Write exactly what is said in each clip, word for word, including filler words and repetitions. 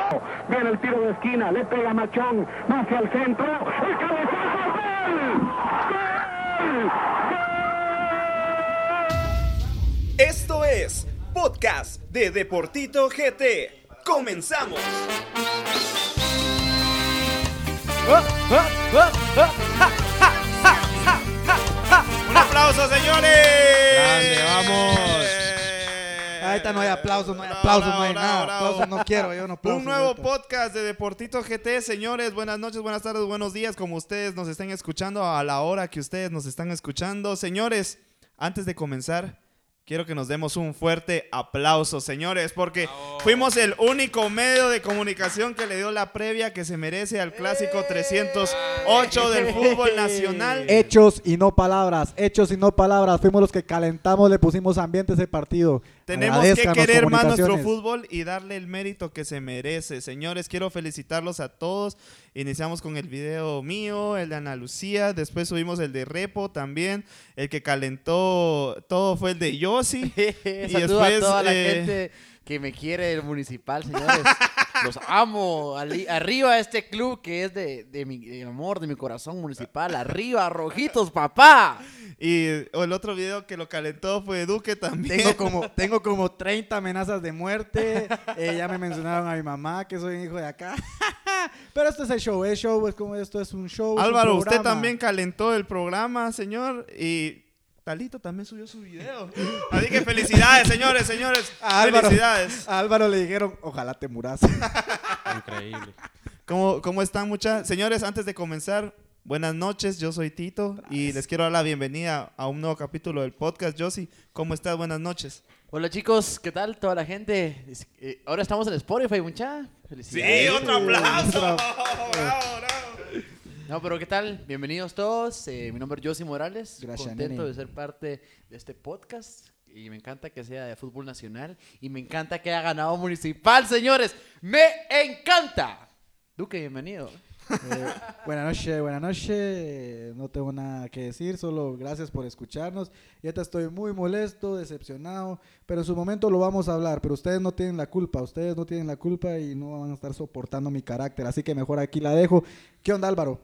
Viene el tiro de esquina, le pega Machón, va hacia el centro, el cabezazo, ¡gol! ¡Gol! Esto es Podcast de Deportito G T. ¡Comenzamos! ¡Un aplauso, señores! ¡Grande, vamos! Ahorita no hay aplausos, no hay aplausos, no hay nada. Aplausos no quiero, yo no aplauso. Un nuevo ahorita. podcast de Deportito G T, señores. Buenas noches, buenas tardes, buenos días, como ustedes nos estén escuchando a la hora que ustedes nos están escuchando. Señores, antes de comenzar, quiero que nos demos un fuerte aplauso, señores, porque oh. fuimos el único medio de comunicación que le dio la previa que se merece al clásico trescientos ocho del fútbol nacional. Hechos y no palabras, hechos y no palabras. Fuimos los que calentamos, le pusimos ambiente a ese partido. Tenemos que querer más nuestro fútbol y darle el mérito que se merece. Señores, quiero felicitarlos a todos. Iniciamos con el video mío, el de Ana Lucía, después subimos el de Repo también. El que calentó todo fue el de Yossi. Y Saludo después, a toda la eh... gente que me quiere del Municipal, señores. Los amo. Ali, arriba este club que es de, de mi de amor, de mi corazón, Municipal. Arriba, rojitos, papá. Y el otro video que lo calentó fue Duque también. Tengo como, tengo como treinta amenazas de muerte. Eh, ya me mencionaron a mi mamá, que soy hijo de acá. Pero esto es el show, el show es como esto es un show. Álvaro, un usted también calentó el programa, señor. Y Talito también subió su video. Así que felicidades, señores, señores. A Álvaro, felicidades. A Álvaro le dijeron, ojalá te muras. Increíble. ¿Cómo, cómo están, muchachos? Señores, antes de comenzar, buenas noches. Yo soy Tito. Gracias. Y les quiero dar la bienvenida a un nuevo capítulo del podcast. Yossi, ¿cómo estás? Buenas noches. Hola, chicos. ¿Qué tal toda la gente? Eh, ahora estamos en Spotify, mucha. Felicidades. Sí, otro aplauso. bravo, bravo. No, pero ¿qué tal? Bienvenidos todos. Eh, mi nombre es Yossi Morales. Gracias, Contento nene. de ser parte de este podcast. Y me encanta que sea de fútbol nacional. Y me encanta que haya ganado Municipal, señores. ¡Me encanta! Duque, bienvenido. Eh, buenas noches, buenas noches. No tengo nada que decir, solo gracias por escucharnos. Y ahorita estoy muy molesto, decepcionado, pero en su momento lo vamos a hablar. Pero ustedes no tienen la culpa, ustedes no tienen la culpa y no van a estar soportando mi carácter. Así que mejor aquí la dejo. ¿Qué onda, Álvaro?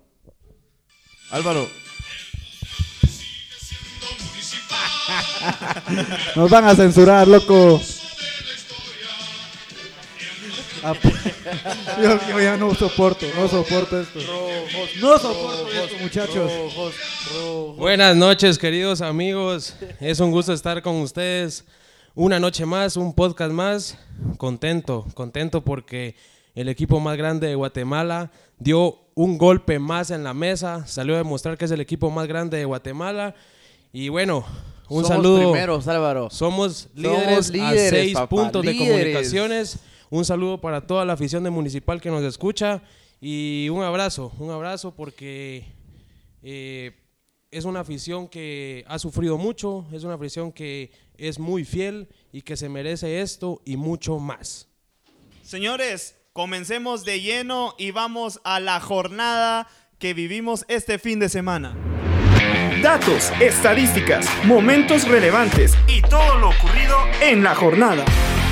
Álvaro. Nos van a censurar, loco. Yo, yo ya no soporto, no soporto esto. Rojos, no soporto rojos, esto, muchachos. Rojos, rojos. Buenas noches, queridos amigos. Es un gusto estar con ustedes. Una noche más, un podcast más. Contento, contento porque el equipo más grande de Guatemala dio un golpe más en la mesa. Salió a demostrar que es el equipo más grande de Guatemala. Y bueno, un Somos saludo. primeros, Álvaro. Somos líderes, Somos líderes a seis papá, puntos líderes. de comunicaciones. Un saludo para toda la afición de Municipal que nos escucha. Y un abrazo, un abrazo porque eh, es una afición que ha sufrido mucho. Es una afición que es muy fiel y que se merece esto y mucho más. Señores, comencemos de lleno y vamos a la jornada que vivimos este fin de semana. Datos, estadísticas, momentos relevantes y todo lo ocurrido en la jornada.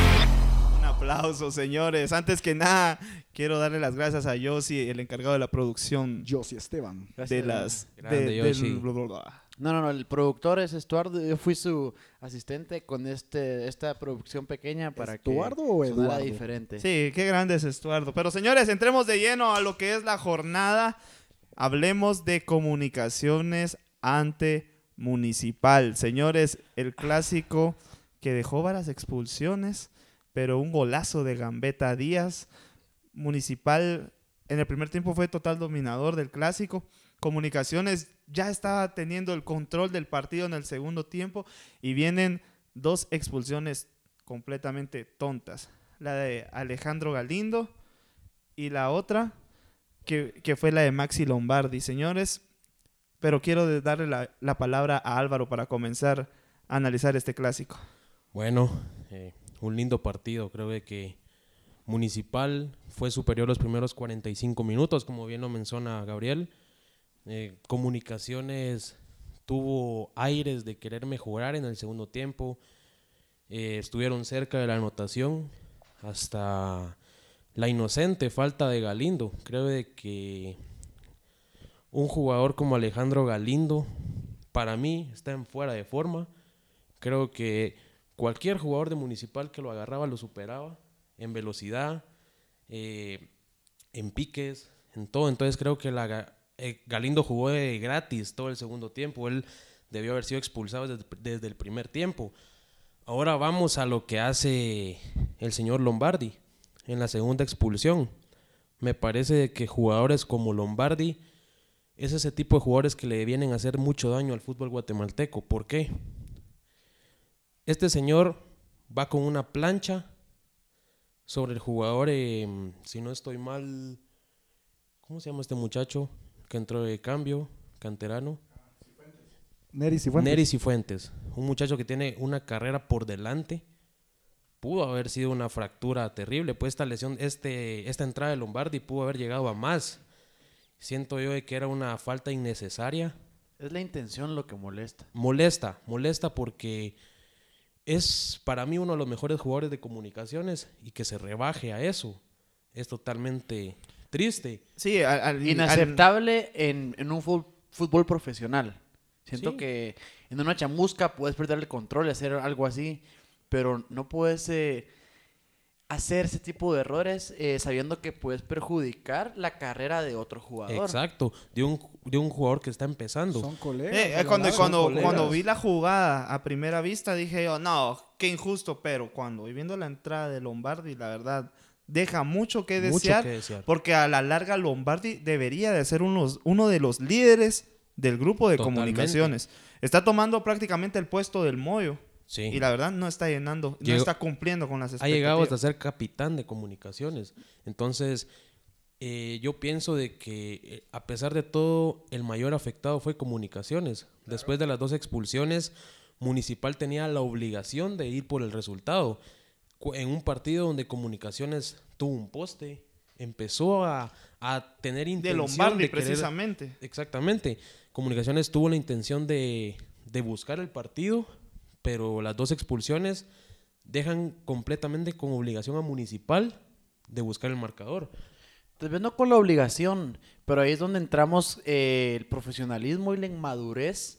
Un aplauso, señores. Antes que nada, quiero darle las gracias a Yossi, el encargado de la producción. Yossi Esteban. De las... Grande, de, Yossi. del, bla, bla, bla. No, no, no, el productor es Estuardo. Yo fui su asistente con este esta producción pequeña para ¿Estuardo que o sonara Eduardo? diferente. Sí, qué grande es Estuardo. Pero señores, entremos de lleno a lo que es la jornada. Hablemos de comunicaciones ante Municipal. Señores, el clásico que dejó varias expulsiones, pero un golazo de Gambetta Díaz. Municipal en el primer tiempo fue total dominador del clásico. Comunicaciones ya estaba teniendo el control del partido en el segundo tiempo y vienen dos expulsiones completamente tontas. La de Alejandro Galindo y la otra que, que fue la de Maxi Lombardi. Señores, pero quiero darle la, la palabra a Álvaro para comenzar a analizar este clásico. Bueno, eh, un lindo partido. Creo de que Municipal fue superior los primeros cuarenta y cinco minutos, como bien lo menciona Gabriel. Eh, Comunicaciones tuvo aires de querer mejorar en el segundo tiempo. Eh, estuvieron cerca de la anotación hasta la inocente falta de Galindo. Creo de que un jugador como Alejandro Galindo, para mí, está en fuera de forma. Creo que cualquier jugador de Municipal que lo agarraba lo superaba en velocidad, eh, en piques, en todo. Entonces creo que la, eh, Galindo jugó de gratis todo el segundo tiempo. Él debió haber sido expulsado desde, desde el primer tiempo. Ahora vamos a lo que hace el señor Lombardi en la segunda expulsión. Me parece que jugadores como Lombardi es ese tipo de jugadores que le vienen a hacer mucho daño al fútbol guatemalteco. ¿Por qué? Este señor va con una plancha sobre el jugador, eh, si no estoy mal, ¿cómo se llama este muchacho que entró de cambio, canterano? Nery Cifuentes. Nery Cifuentes, un muchacho que tiene una carrera por delante. Pudo haber sido una fractura terrible, pues esta lesión, este, esta entrada de Lombardi pudo haber llegado a más. Siento yo de que era una falta innecesaria. Es la intención lo que molesta. Molesta, molesta porque es para mí uno de los mejores jugadores de Comunicaciones y que se rebaje a eso es totalmente triste. Sí, al, al, inaceptable al... en, en un fútbol, fútbol profesional. Siento sí. que en una chamusca puedes perder el control y hacer algo así, pero no puedes eh, hacer ese tipo de errores eh, sabiendo que puedes perjudicar la carrera de otro jugador. Exacto, de un, de un jugador que está empezando. Son colegas. Eh, eh, cuando, son cuando, colegas. cuando vi la jugada a primera vista dije yo, no, qué injusto, pero cuando voy viendo la entrada de Lombardi, la verdad, deja mucho que Mucho desear, que desear. porque a la larga Lombardi debería de ser unos, uno de los líderes del grupo de Totalmente. Comunicaciones. Está tomando prácticamente el puesto del Moyo. Sí. Y la verdad no está llenando, Llegó, no está cumpliendo con las ha expectativas. llegado hasta ser capitán de Comunicaciones. Entonces, eh, yo pienso de que eh, a pesar de todo, el mayor afectado fue Comunicaciones. Claro. Después de las dos expulsiones, Municipal tenía la obligación de ir por el resultado. En un partido donde Comunicaciones tuvo un poste, empezó a, a tener intención de Lombardi, de querer, precisamente. Exactamente. Comunicaciones tuvo la intención de, de buscar el partido, pero las dos expulsiones dejan completamente con obligación a Municipal de buscar el marcador. Tal vez no con la obligación, pero ahí es donde entramos eh, el profesionalismo y la inmadurez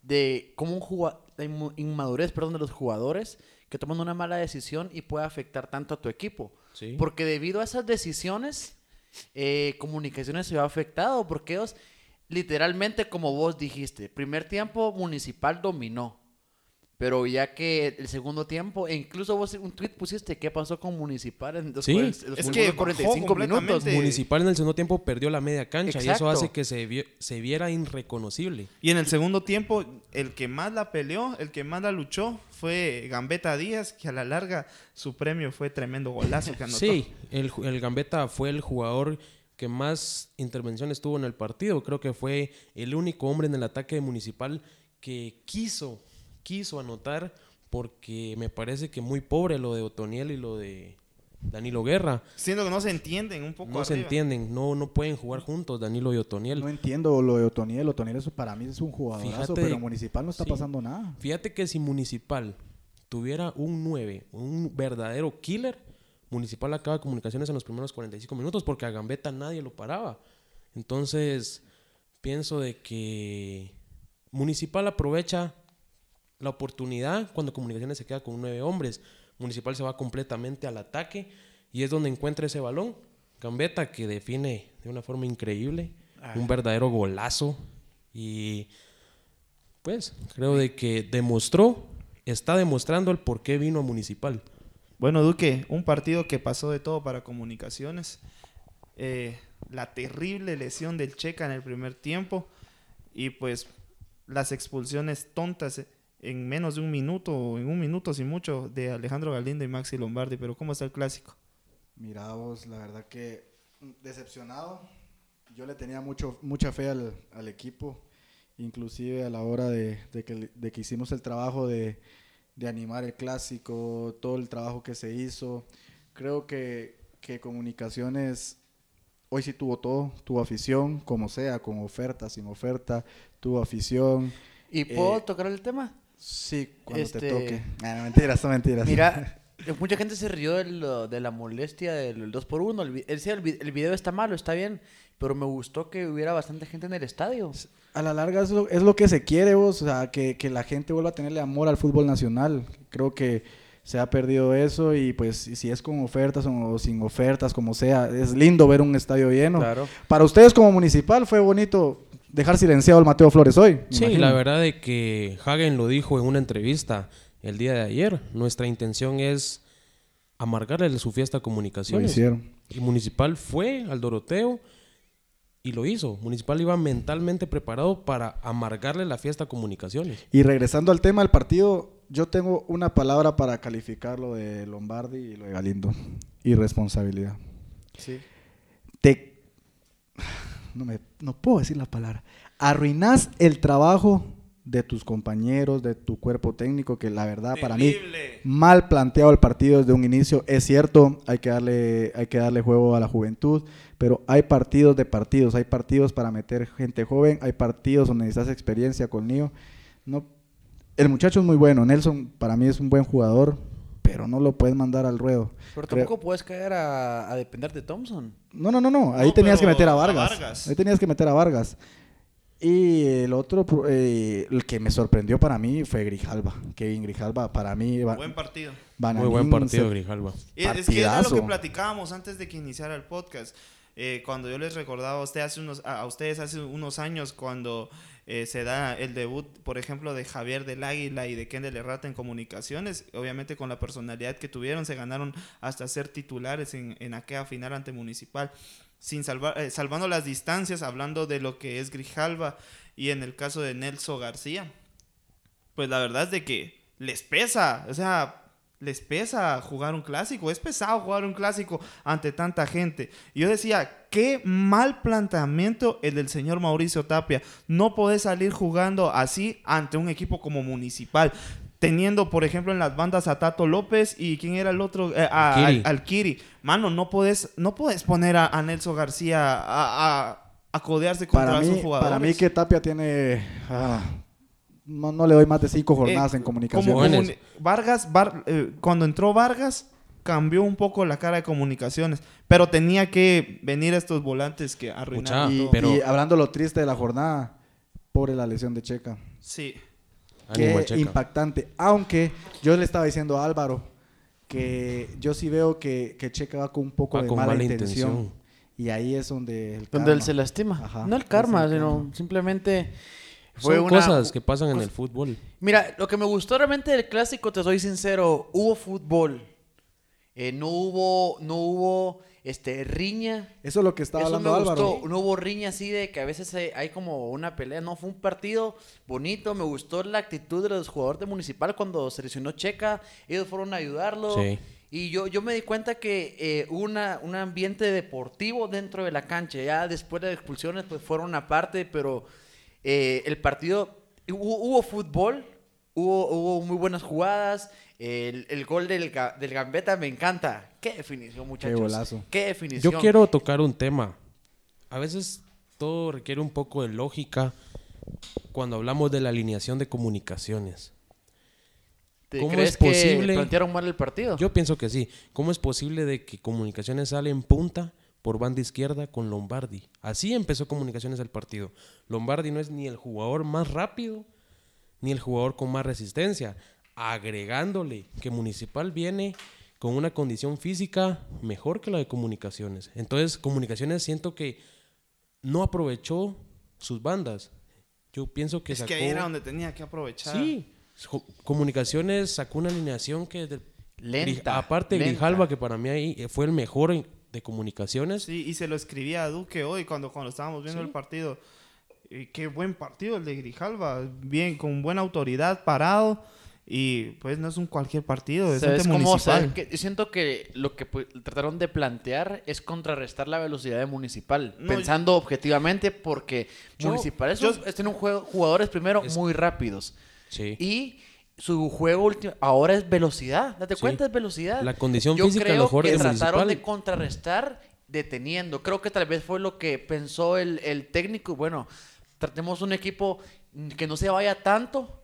de cómo un jugador, la inmadurez, perdón, de los jugadores que toman una mala decisión y puede afectar tanto a tu equipo. Sí. Porque debido a esas decisiones, eh, Comunicaciones se ve afectado, porque ellos literalmente, como vos dijiste, primer tiempo Municipal dominó. Pero ya que el segundo tiempo, e incluso vos un tweet pusiste qué pasó con Municipal en los, sí, cuarenta, los es que cuarenta y cinco minutos. Municipal en el segundo tiempo perdió la media cancha. Exacto. Y eso hace que se, vi- se viera irreconocible. Y en el segundo tiempo, el que más la peleó, el que más la luchó, fue Gambetta Díaz, que a la larga su premio fue tremendo golazo que anotó. Sí, el, el Gambetta fue el jugador que más intervenciones tuvo en el partido. Creo que fue el único hombre en el ataque de Municipal que quiso, quiso anotar, porque me parece que muy pobre lo de Otoniel y lo de Danilo Guerra. Siento que no se entienden un poco No se arriba. entienden, no, no pueden jugar juntos Danilo y Otoniel. No entiendo lo de Otoniel. Otoniel eso para mí es un jugadorazo, Fíjate, pero en Municipal no está sí. pasando nada. Fíjate que si Municipal tuviera un nueve, un verdadero killer, Municipal acaba Comunicaciones en los primeros cuarenta y cinco minutos, porque a Gambetta nadie lo paraba. Entonces, pienso de que Municipal aprovecha la oportunidad cuando Comunicaciones se queda con nueve hombres. Municipal se va completamente al ataque y es donde encuentra ese balón. Gambetta, que define de una forma increíble, Ah. un verdadero golazo. Y pues creo de que demostró, está demostrando el por qué vino a Municipal. Bueno, Duque, un partido que pasó de todo para Comunicaciones. Eh, la terrible lesión del Checa en el primer tiempo y pues las expulsiones tontas en menos de un minuto, en un minuto sin mucho, de Alejandro Galindo y Maxi Lombardi. Pero ¿cómo está el clásico? Mira vos, la verdad que decepcionado. Yo le tenía mucho, mucha fe al, al equipo, inclusive a la hora de, de, que, de que hicimos el trabajo de, de animar el clásico, todo el trabajo que se hizo. Creo que, que Comunicaciones hoy sí tuvo todo, tuvo afición, como sea, con oferta, sin oferta, tuvo afición. ¿Y puedo Eh, tocar el tema? Sí, cuando Este- te toque. Ah, no, mentiras, son mentiras. Mira, Mucha gente se rió de, lo- de la molestia del dos por uno. El, vi- el, sí, el vi- el video está malo, está bien, pero me gustó que hubiera bastante gente en el estadio. A la larga es lo, es lo que se quiere, vos, o sea, que, que la gente vuelva a tenerle amor al fútbol nacional. Creo que se ha perdido eso y pues si es con ofertas o sin ofertas, como sea, es lindo ver un estadio lleno. Claro. Para ustedes como municipal fue bonito dejar silenciado al Mateo Flores hoy. me Sí, imagino. la verdad de que Hagen lo dijo en una entrevista el día de ayer. Nuestra intención es amargarle su fiesta a Lo Comunicaciones. hicieron. Y Municipal fue al Doroteo y lo hizo. Municipal iba mentalmente preparado para amargarle la fiesta a Comunicaciones. Y regresando al tema del partido, yo tengo una palabra para calificar lo de Lombardi y lo de Galindo. Irresponsabilidad. Sí. Te... No, me, no puedo decir la palabra. Arruinás el trabajo de tus compañeros, de tu cuerpo técnico, que la verdad para mí Terrible. mal planteado el partido desde un inicio. Es cierto, hay que darle, hay que darle juego a la juventud, pero hay partidos de partidos, hay partidos para meter gente joven, hay partidos donde necesitas experiencia con Nio. No, el muchacho es muy bueno, Nelson para mí es un buen jugador, pero no lo puedes mandar al ruedo. Pero Creo- tampoco puedes caer a, a depender de Thompson. No, no, no, no, ahí No, tenías que pero meter a a Vargas. Vargas. Ahí tenías que meter a Vargas. Y el otro, eh, el que me sorprendió para mí fue Grijalva. Kevin Grijalva, para mí, va- Buen partido. Muy Bananín buen partido, se- Grijalva. Y Es, es que era lo que Partidazo. platicábamos antes de que iniciara el podcast. Eh, cuando yo les recordaba a, usted hace unos, a a ustedes hace unos años cuando eh, se da el debut, por ejemplo, de Javier del Águila y de Kendall Errata en Comunicaciones, obviamente con la personalidad que tuvieron, se ganaron hasta ser titulares en, en aquella final ante Municipal, sin salvar, eh, salvando las distancias, hablando de lo que es Grijalva y en el caso de Nelson García. Pues la verdad es de que les pesa, o sea, les pesa jugar un clásico, es pesado jugar un clásico ante tanta gente. Y yo decía, qué mal planteamiento el del señor Mauricio Tapia. No podés salir jugando así ante un equipo como Municipal. Teniendo, por ejemplo, en las bandas a Tato López y ¿quién era el otro? Eh, a, Kiri. al, al Kiri. Mano, no podés, no podés poner a, a Nelson García a, a, a codearse contra para sus mí, jugadores. para mí que Tapia tiene... ah, no, no le doy más de cinco jornadas Eh, en como comunicación. Jóvenes. comuni- Vargas, Var- eh, cuando entró Vargas, cambió un poco la cara de Comunicaciones, pero tenía que venir estos volantes que arruinaron Mucha, y, todo. pero- y hablando lo triste de la jornada, pobre la lesión de Checa. Sí. Ánimo, Qué Checa. impactante. Aunque yo le estaba diciendo a Álvaro que yo sí veo que, que Checa va con un poco Va de con mala, mala intención. intención. Y ahí es donde el Donde él karma. se lastima. Ajá, No el es karma, el sino karma. simplemente fue Son una... cosas que pasan en el fútbol. Mira, lo que me gustó realmente del clásico, te soy sincero, hubo fútbol. Eh, no hubo, no hubo este, riña. Eso es lo que estaba Eso hablando me Álvaro. gustó. No hubo riña así de que a veces hay, hay como una pelea. No, fue un partido bonito. Me gustó la actitud de los jugadores de Municipal cuando se lesionó Checa. Ellos fueron a ayudarlo. Sí. Y yo, yo me di cuenta que eh, hubo una, un ambiente deportivo dentro de la cancha. Ya después de las expulsiones pues fueron aparte, pero eh, el partido, hubo, hubo fútbol, hubo, hubo muy buenas jugadas. El, el gol del, Ga- del Gambetta me encanta. Qué definición, muchachos. golazo. Qué definición. Yo quiero tocar un tema. A veces todo requiere un poco de lógica cuando hablamos de la alineación de Comunicaciones. ¿Te ¿Cómo crees es que posible? plantearon mal el partido? Yo pienso que sí. ¿Cómo es posible de que Comunicaciones sale en punta por banda izquierda con Lombardi? Así empezó Comunicaciones el partido. Lombardi no es ni el jugador más rápido ni el jugador con más resistencia. Agregándole que Municipal viene con una condición física mejor que la de Comunicaciones. Entonces, Comunicaciones siento que no aprovechó sus bandas. Yo pienso que Es sacó... que ahí era donde tenía que aprovechar. Sí, Jo- Comunicaciones sacó una alineación que desde Lenta, aparte lenta. Grijalva, que para mí ahí eh, fue el mejor en- de Comunicaciones. Sí, y se lo escribía a Duque hoy cuando, cuando estábamos viendo el partido. Y qué buen partido el de Grijalva. Bien, con buena autoridad, parado. Y pues no es un cualquier partido, es ¿Sabes ante cómo? Municipal. ¿Sabes qué? Yo siento que lo que pues, trataron de plantear es contrarrestar la velocidad de Municipal, No, pensando objetivamente, porque Yo- Municipal es yo- un- es- tiene un juego, jugadores primero Es- muy rápidos Sí. y su juego último ahora es velocidad. Date Sí. cuenta, es velocidad. La condición Yo física de creo los jugadores que de trataron Municipal. de contrarrestar deteniendo. Creo que tal vez fue lo que pensó el, el técnico. Bueno, tratemos un equipo que no se vaya tanto,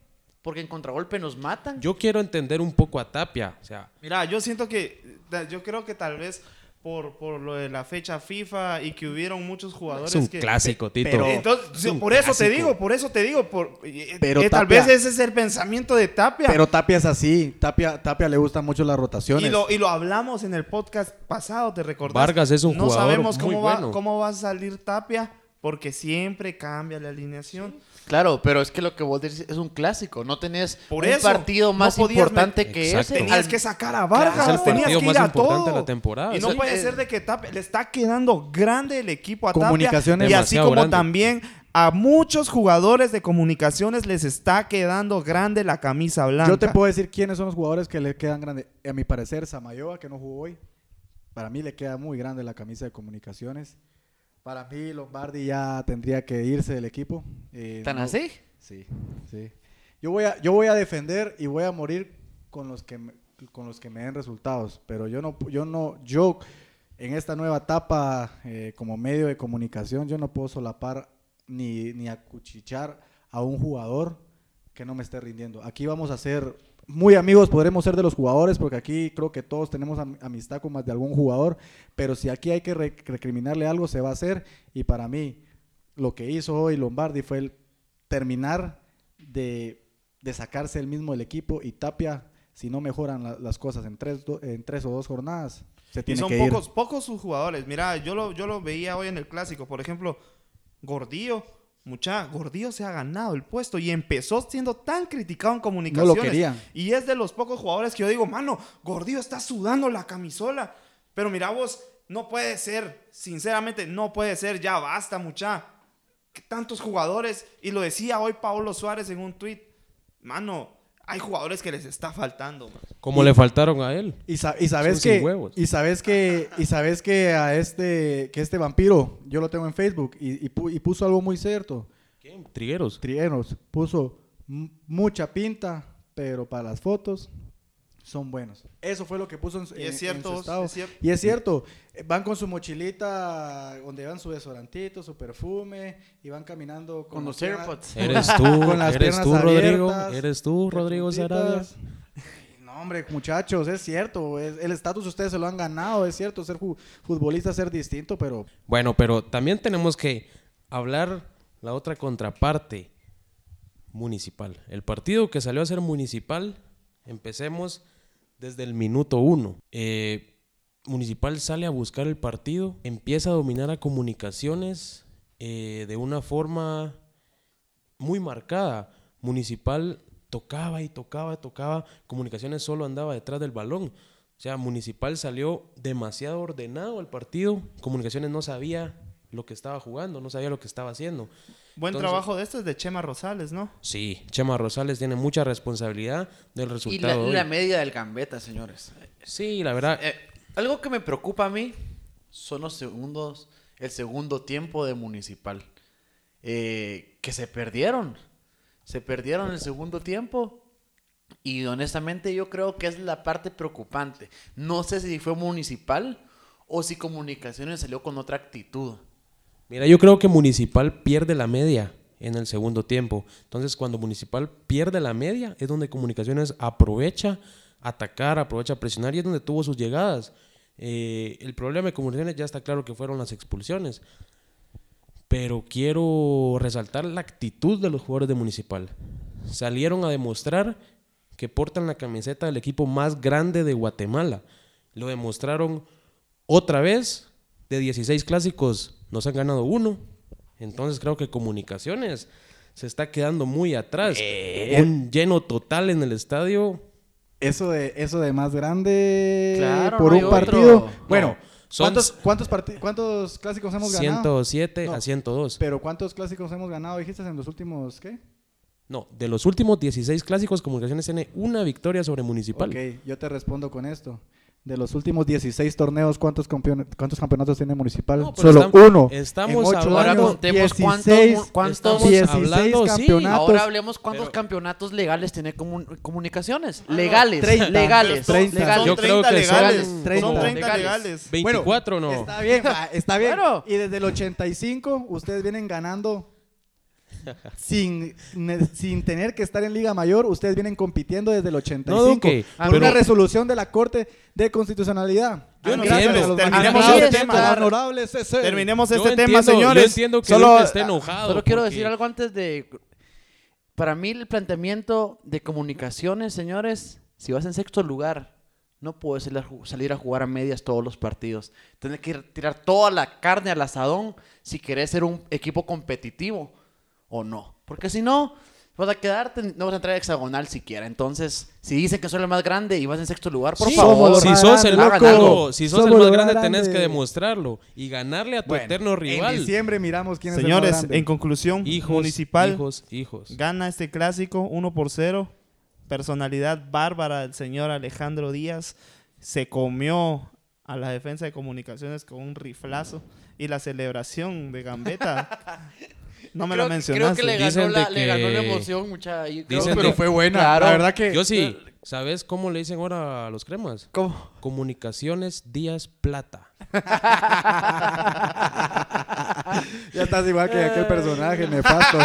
porque en contragolpe nos matan. Yo quiero entender un poco a Tapia. O sea, Mira, yo siento que, yo creo que tal vez por, por lo de la fecha FIFA y que hubieron muchos jugadores es un que... clásico, Tito. pero- Entonces, Es un por eso te clásico. digo, por eso te digo, por, eh, Pero eh, tal Tapia- vez ese es el pensamiento de Tapia. Pero Tapia es así. Tapia, Tapia le gustan mucho las rotaciones. Y lo, y lo hablamos en el podcast pasado, ¿te recordás? Vargas es un no jugador sabemos muy cómo va, bueno. cómo va a salir Tapia, porque siempre cambia la alineación. Claro, pero es que lo que vos decís es un clásico. No tenés Por un eso, partido no más podías importante met- que Exacto. ese. Tenías Al- que sacar a Vargas, Claro. Es el tenías partido que ir más a importante todo. de la temporada. Y no Sí, puede eh, ser de que Tapia le está quedando grande el equipo a Tapia. Comunicaciones Y así demasiado como grande. también a muchos jugadores de comunicaciones les está quedando grande la camisa blanca. Yo te puedo decir quiénes son los jugadores que le quedan grandes. A mi parecer, Samayoa, que no jugó hoy. Para mí le queda muy grande la camisa de comunicaciones. Para mí, Lombardi ya tendría que irse del equipo. Eh, ¿Tan no- así? Sí, sí. Yo voy a, yo voy a defender y voy a morir con los que me, con los que me den resultados. Pero yo no, yo no, yo en esta nueva etapa eh, como medio de comunicación, yo no puedo solapar ni, ni acuchichar a un jugador que no me esté rindiendo. Aquí vamos a ser muy amigos, podremos ser de los jugadores, porque aquí creo que todos tenemos am- amistad con más de algún jugador, pero si aquí hay que re- recriminarle algo, se va a hacer. Y para mí, lo que hizo hoy Lombardi fue el terminar de, de sacarse el mismo del equipo, y Tapia, si no mejoran la- las cosas en tres, do- en tres o dos jornadas, se Y tiene son que pocos, ir. pocos sus jugadores. Mira, yo lo, yo lo veía hoy en el clásico. Por ejemplo, Gordillo. Mucha, Gordillo se ha ganado el puesto y empezó siendo tan criticado en comunicaciones. No lo querían. Y es de los pocos jugadores que yo digo, mano, Gordillo está sudando la camisola. Pero mira vos, no puede ser, sinceramente, no puede ser, ya basta, mucha. Que tantos jugadores, y lo decía hoy Paulo Suárez en un tuit, mano, hay jugadores que les está faltando. Man. como le faltaron a él. Y, sa- y sabes Son sin que huevos. y sabes que y sabes que a este que este vampiro, yo lo tengo en Facebook, y, y pu- y puso algo muy cierto. ¿Qué? Trigueros. Trieros puso m- mucha pinta, pero para las fotos son buenos. Eso fue lo que puso en, su- Y en- es en cierto, su estado. es cierto. Y es cierto, eh, van con su mochilita donde van su desodorantito, su perfume, y van caminando con, Con los las piernas- AirPods. Eres tú, con las eres piernas tú, Rodrigo. abiertas, Eres tú, Rodrigo puntitas. Sarabia. No, hombre, muchachos, es cierto. Es, el estatus ustedes se lo han ganado, es cierto. Ser ju- futbolista es ser distinto, pero Bueno, pero también tenemos que hablar la otra contraparte. Municipal. El partido que salió a ser Municipal, empecemos desde el minuto uno. Eh, Municipal sale a buscar el partido, empieza a dominar a Comunicaciones eh, de una forma muy marcada. Municipal tocaba y tocaba y tocaba, Comunicaciones solo andaba detrás del balón. O sea, Municipal salió demasiado ordenado al partido, Comunicaciones no sabía lo que estaba jugando, no sabía lo que estaba haciendo. Buen Entonces- trabajo de este es de Chema Rosales, ¿no? Sí, Chema Rosales tiene mucha responsabilidad del Y la, resultado. y de la hoy. media del Gambetta, señores. Sí, la verdad. Eh, algo que me preocupa a mí son los segundos, el segundo tiempo de Municipal. Eh, que se perdieron. Se perdieron el segundo tiempo. Y honestamente yo creo que es la parte preocupante. No sé si fue Municipal o si Comunicaciones salió con otra actitud. Mira, yo creo que Municipal pierde la media en el segundo tiempo. Entonces, cuando Municipal pierde la media, es donde Comunicaciones aprovecha atacar, aprovecha presionar, y es donde tuvo sus llegadas. Eh, el problema de Comunicaciones ya está claro que fueron las expulsiones. Pero quiero resaltar la actitud de los jugadores de Municipal. Salieron a demostrar que portan la camiseta del equipo más grande de Guatemala. Lo demostraron otra vez. De dieciséis clásicos nos han ganado uno. Entonces creo que Comunicaciones se está quedando muy atrás. Eh. Un lleno total en el estadio. eso de eso de más grande Claro, por no un hay partido. otro. Bueno, No, son ¿cuántos cuántos parti- cuántos clásicos hemos ganado? ciento siete No. a ciento dos. Pero ¿cuántos clásicos hemos ganado, dijiste, en los últimos qué? No, de los últimos dieciséis clásicos, Comunicaciones tiene una victoria sobre Municipal. Ok, yo te respondo con esto. De los últimos dieciséis torneos, ¿cuántos, campeon- cuántos campeonatos tiene Municipal? No, pero Solo estam- uno. estamos En ocho hablando- Ahora años, contemos cuántos, dieciséis, cuántos estamos dieciséis hablando, sí. campeonatos. Ahora hablemos cuántos Pero- campeonatos legales tiene comu- Comunicaciones. Legales, treinta. legales, treinta. legales. Son Yo creo treinta que legales. son- treinta. Son treinta Legales. legales. veinticuatro no. Está bien, va, está bien. Bueno. Y desde el ochenta y cinco ustedes vienen ganando sin, ne- sin tener que estar en Liga Mayor, ustedes vienen compitiendo desde el ochenta y No, cinco Duque, por pero- una resolución de la Corte de Constitucionalidad. Yo no Gracias entiendo. a los Terminemos magistrados este de tema. la honorable C C. Terminemos Yo este tema, entiendo- señores. Yo entiendo que Solo Duque esté enojado. Solo quiero porque- decir algo antes de... Para mí el planteamiento de comunicaciones, señores, si vas en sexto lugar, no puedes salir a ju- salir a jugar a medias todos los partidos. Tienes que ir- tirar toda la carne al asadón si querés ser un equipo competitivo o no. Porque si no, vas a quedarte, no vas a entrar a hexagonal siquiera. Entonces, si dicen que soy el más grande y vas en sexto lugar, por Sí, favor. si sos el hagan loco, algo. si sos el Somos más lo grande, grande. tenés que demostrarlo y ganarle a tu Bueno, eterno En rival. diciembre miramos quién es el Señores, más grande. en conclusión, Hijos, Municipal hijos, hijos. gana este clásico uno por cero. Personalidad bárbara del señor Alejandro Díaz. Se comió a la defensa de comunicaciones con un riflazo. Y la celebración de Gambetta. No me creo, la mencionaste. Creo que le ganó, Dicen de la, le ganó la que- emoción, mucha. y creo- Dicen pero de- fue buena. Claro. La verdad que Yo sí, ¿sabes cómo le dicen ahora a los cremas? ¿Cómo? Comunicaciones Díaz Plata. ya estás igual que aquel personaje nefasto.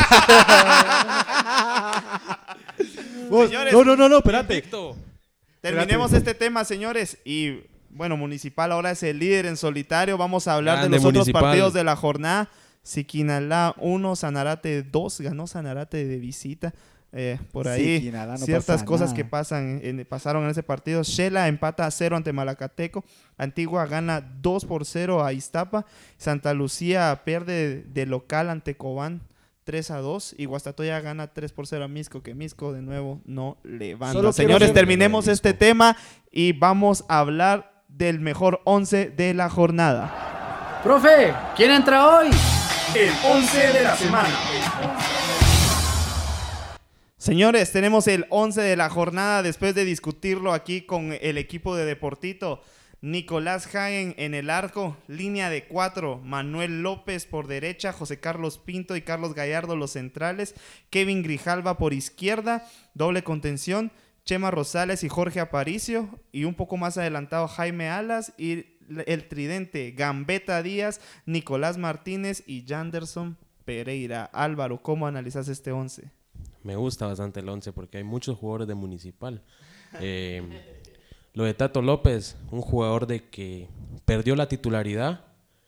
Vos, Señores, no, no, no, no, espérate. Invicto. Terminemos Espérate. este tema, señores. Y bueno, Municipal ahora es el líder en solitario. Vamos a hablar Grande de los otros Municipal. partidos de la jornada. Siquinalá uno, Sanarate dos. Ganó Sanarate de visita. Eh, por ahí Siquinalá no ciertas pasa cosas nada. que pasan en- pasaron en ese partido. Shela empata a cero ante Malacateco. Antigua gana dos por cero a Iztapa. Santa Lucía pierde de local ante Cobán tres a dos. Y Guastatoya gana tres por cero a Misco, que Misco de nuevo no levanta. Solo quiero Señores, decir- terminemos este tema y vamos a hablar del mejor once de la jornada. Profe, ¿quién entra hoy? El once de la semana. Señores, tenemos el once de la jornada después de discutirlo aquí con el equipo de Deportito. Nicolás Hagen en el arco, línea de cuatro, Manuel López por derecha, José Carlos Pinto y Carlos Gallardo los centrales, Kevin Grijalva por izquierda, doble contención, Chema Rosales y Jorge Aparicio, y un poco más adelantado Jaime Alas, y el tridente Gambetta Díaz, Nicolás Martínez y Janderson Pereira. Álvaro, ¿cómo analizas este once? Me gusta bastante el once porque hay muchos jugadores de Municipal. Eh, lo de Tato López, un jugador de que perdió la titularidad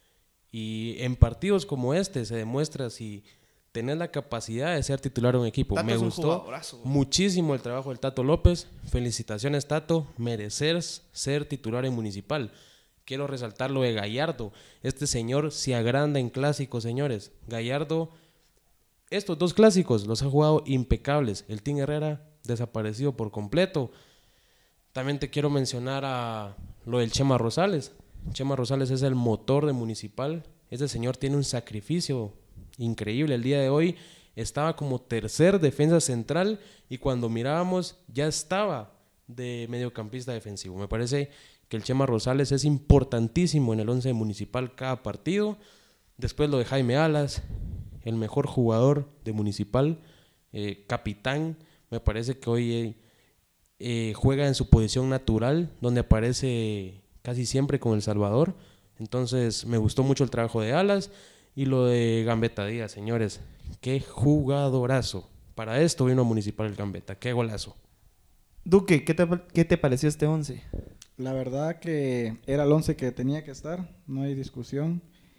y en partidos como este se demuestra si tenés la capacidad de ser titular de un equipo. Tato Me es un gustó jugadorazo. muchísimo el trabajo del Tato López. Felicitaciones, Tato. Mereces ser titular en Municipal. Quiero resaltar lo de Gallardo. Este señor se agranda en clásicos, señores. Gallardo, estos dos clásicos los ha jugado impecables. El Team Herrera desaparecido por completo. También te quiero mencionar a lo del Chema Rosales. Chema Rosales es el motor de Municipal. Ese señor tiene un sacrificio increíble. El día de hoy estaba como tercer defensa central y cuando mirábamos ya estaba de mediocampista defensivo. Me parece que el Chema Rosales es importantísimo en el once Municipal cada partido. Después lo de Jaime Alas, el mejor jugador de Municipal, eh, capitán. Me parece que hoy eh, eh, juega en su posición natural, donde aparece casi siempre con El Salvador. Entonces me gustó mucho el trabajo de Alas y lo de Gambetta Díaz, señores. Qué jugadorazo. Para esto vino a Municipal el Gambetta. Qué golazo. Duque, ¿qué te, qué te pareció este once? La verdad que era el once que tenía que estar, no hay discusión.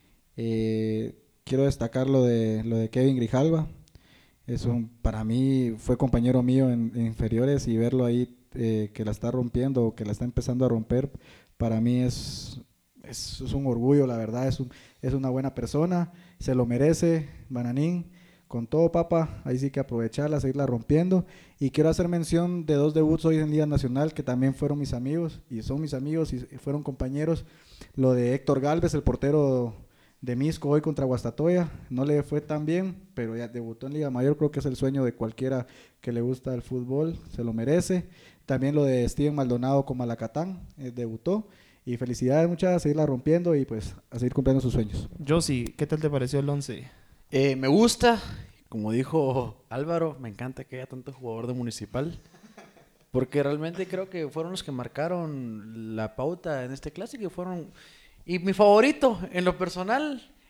Eh, quiero destacar lo de, lo de Kevin Grijalva. Es un, para mí fue compañero mío en, en inferiores y verlo ahí eh, que la está rompiendo o que la está empezando a romper, para mí es, es, es un orgullo, la verdad. Es, un, es una buena persona, se lo merece, Bananín. Con todo, papá, ahí sí que aprovecharla, seguirla rompiendo. Y quiero hacer mención de dos debuts hoy en Liga Nacional que también fueron mis amigos, y son mis amigos y fueron compañeros. Lo de Héctor Galvez, el portero de Misco, hoy contra Guastatoya, no le fue tan bien, pero ya debutó en Liga Mayor. Creo que es el sueño de cualquiera que le gusta el fútbol, se lo merece. También lo de Steven Maldonado con Malacatán, eh, debutó. Y felicidades, muchachos, a seguirla rompiendo y pues a seguir cumpliendo sus sueños. Josi, ¿qué tal te pareció el once? Eh, me gusta, como dijo Álvaro, me encanta que haya tanto jugador de Municipal, porque realmente creo que fueron los que marcaron la pauta en este clásico y fueron... Y mi favorito, en lo personal,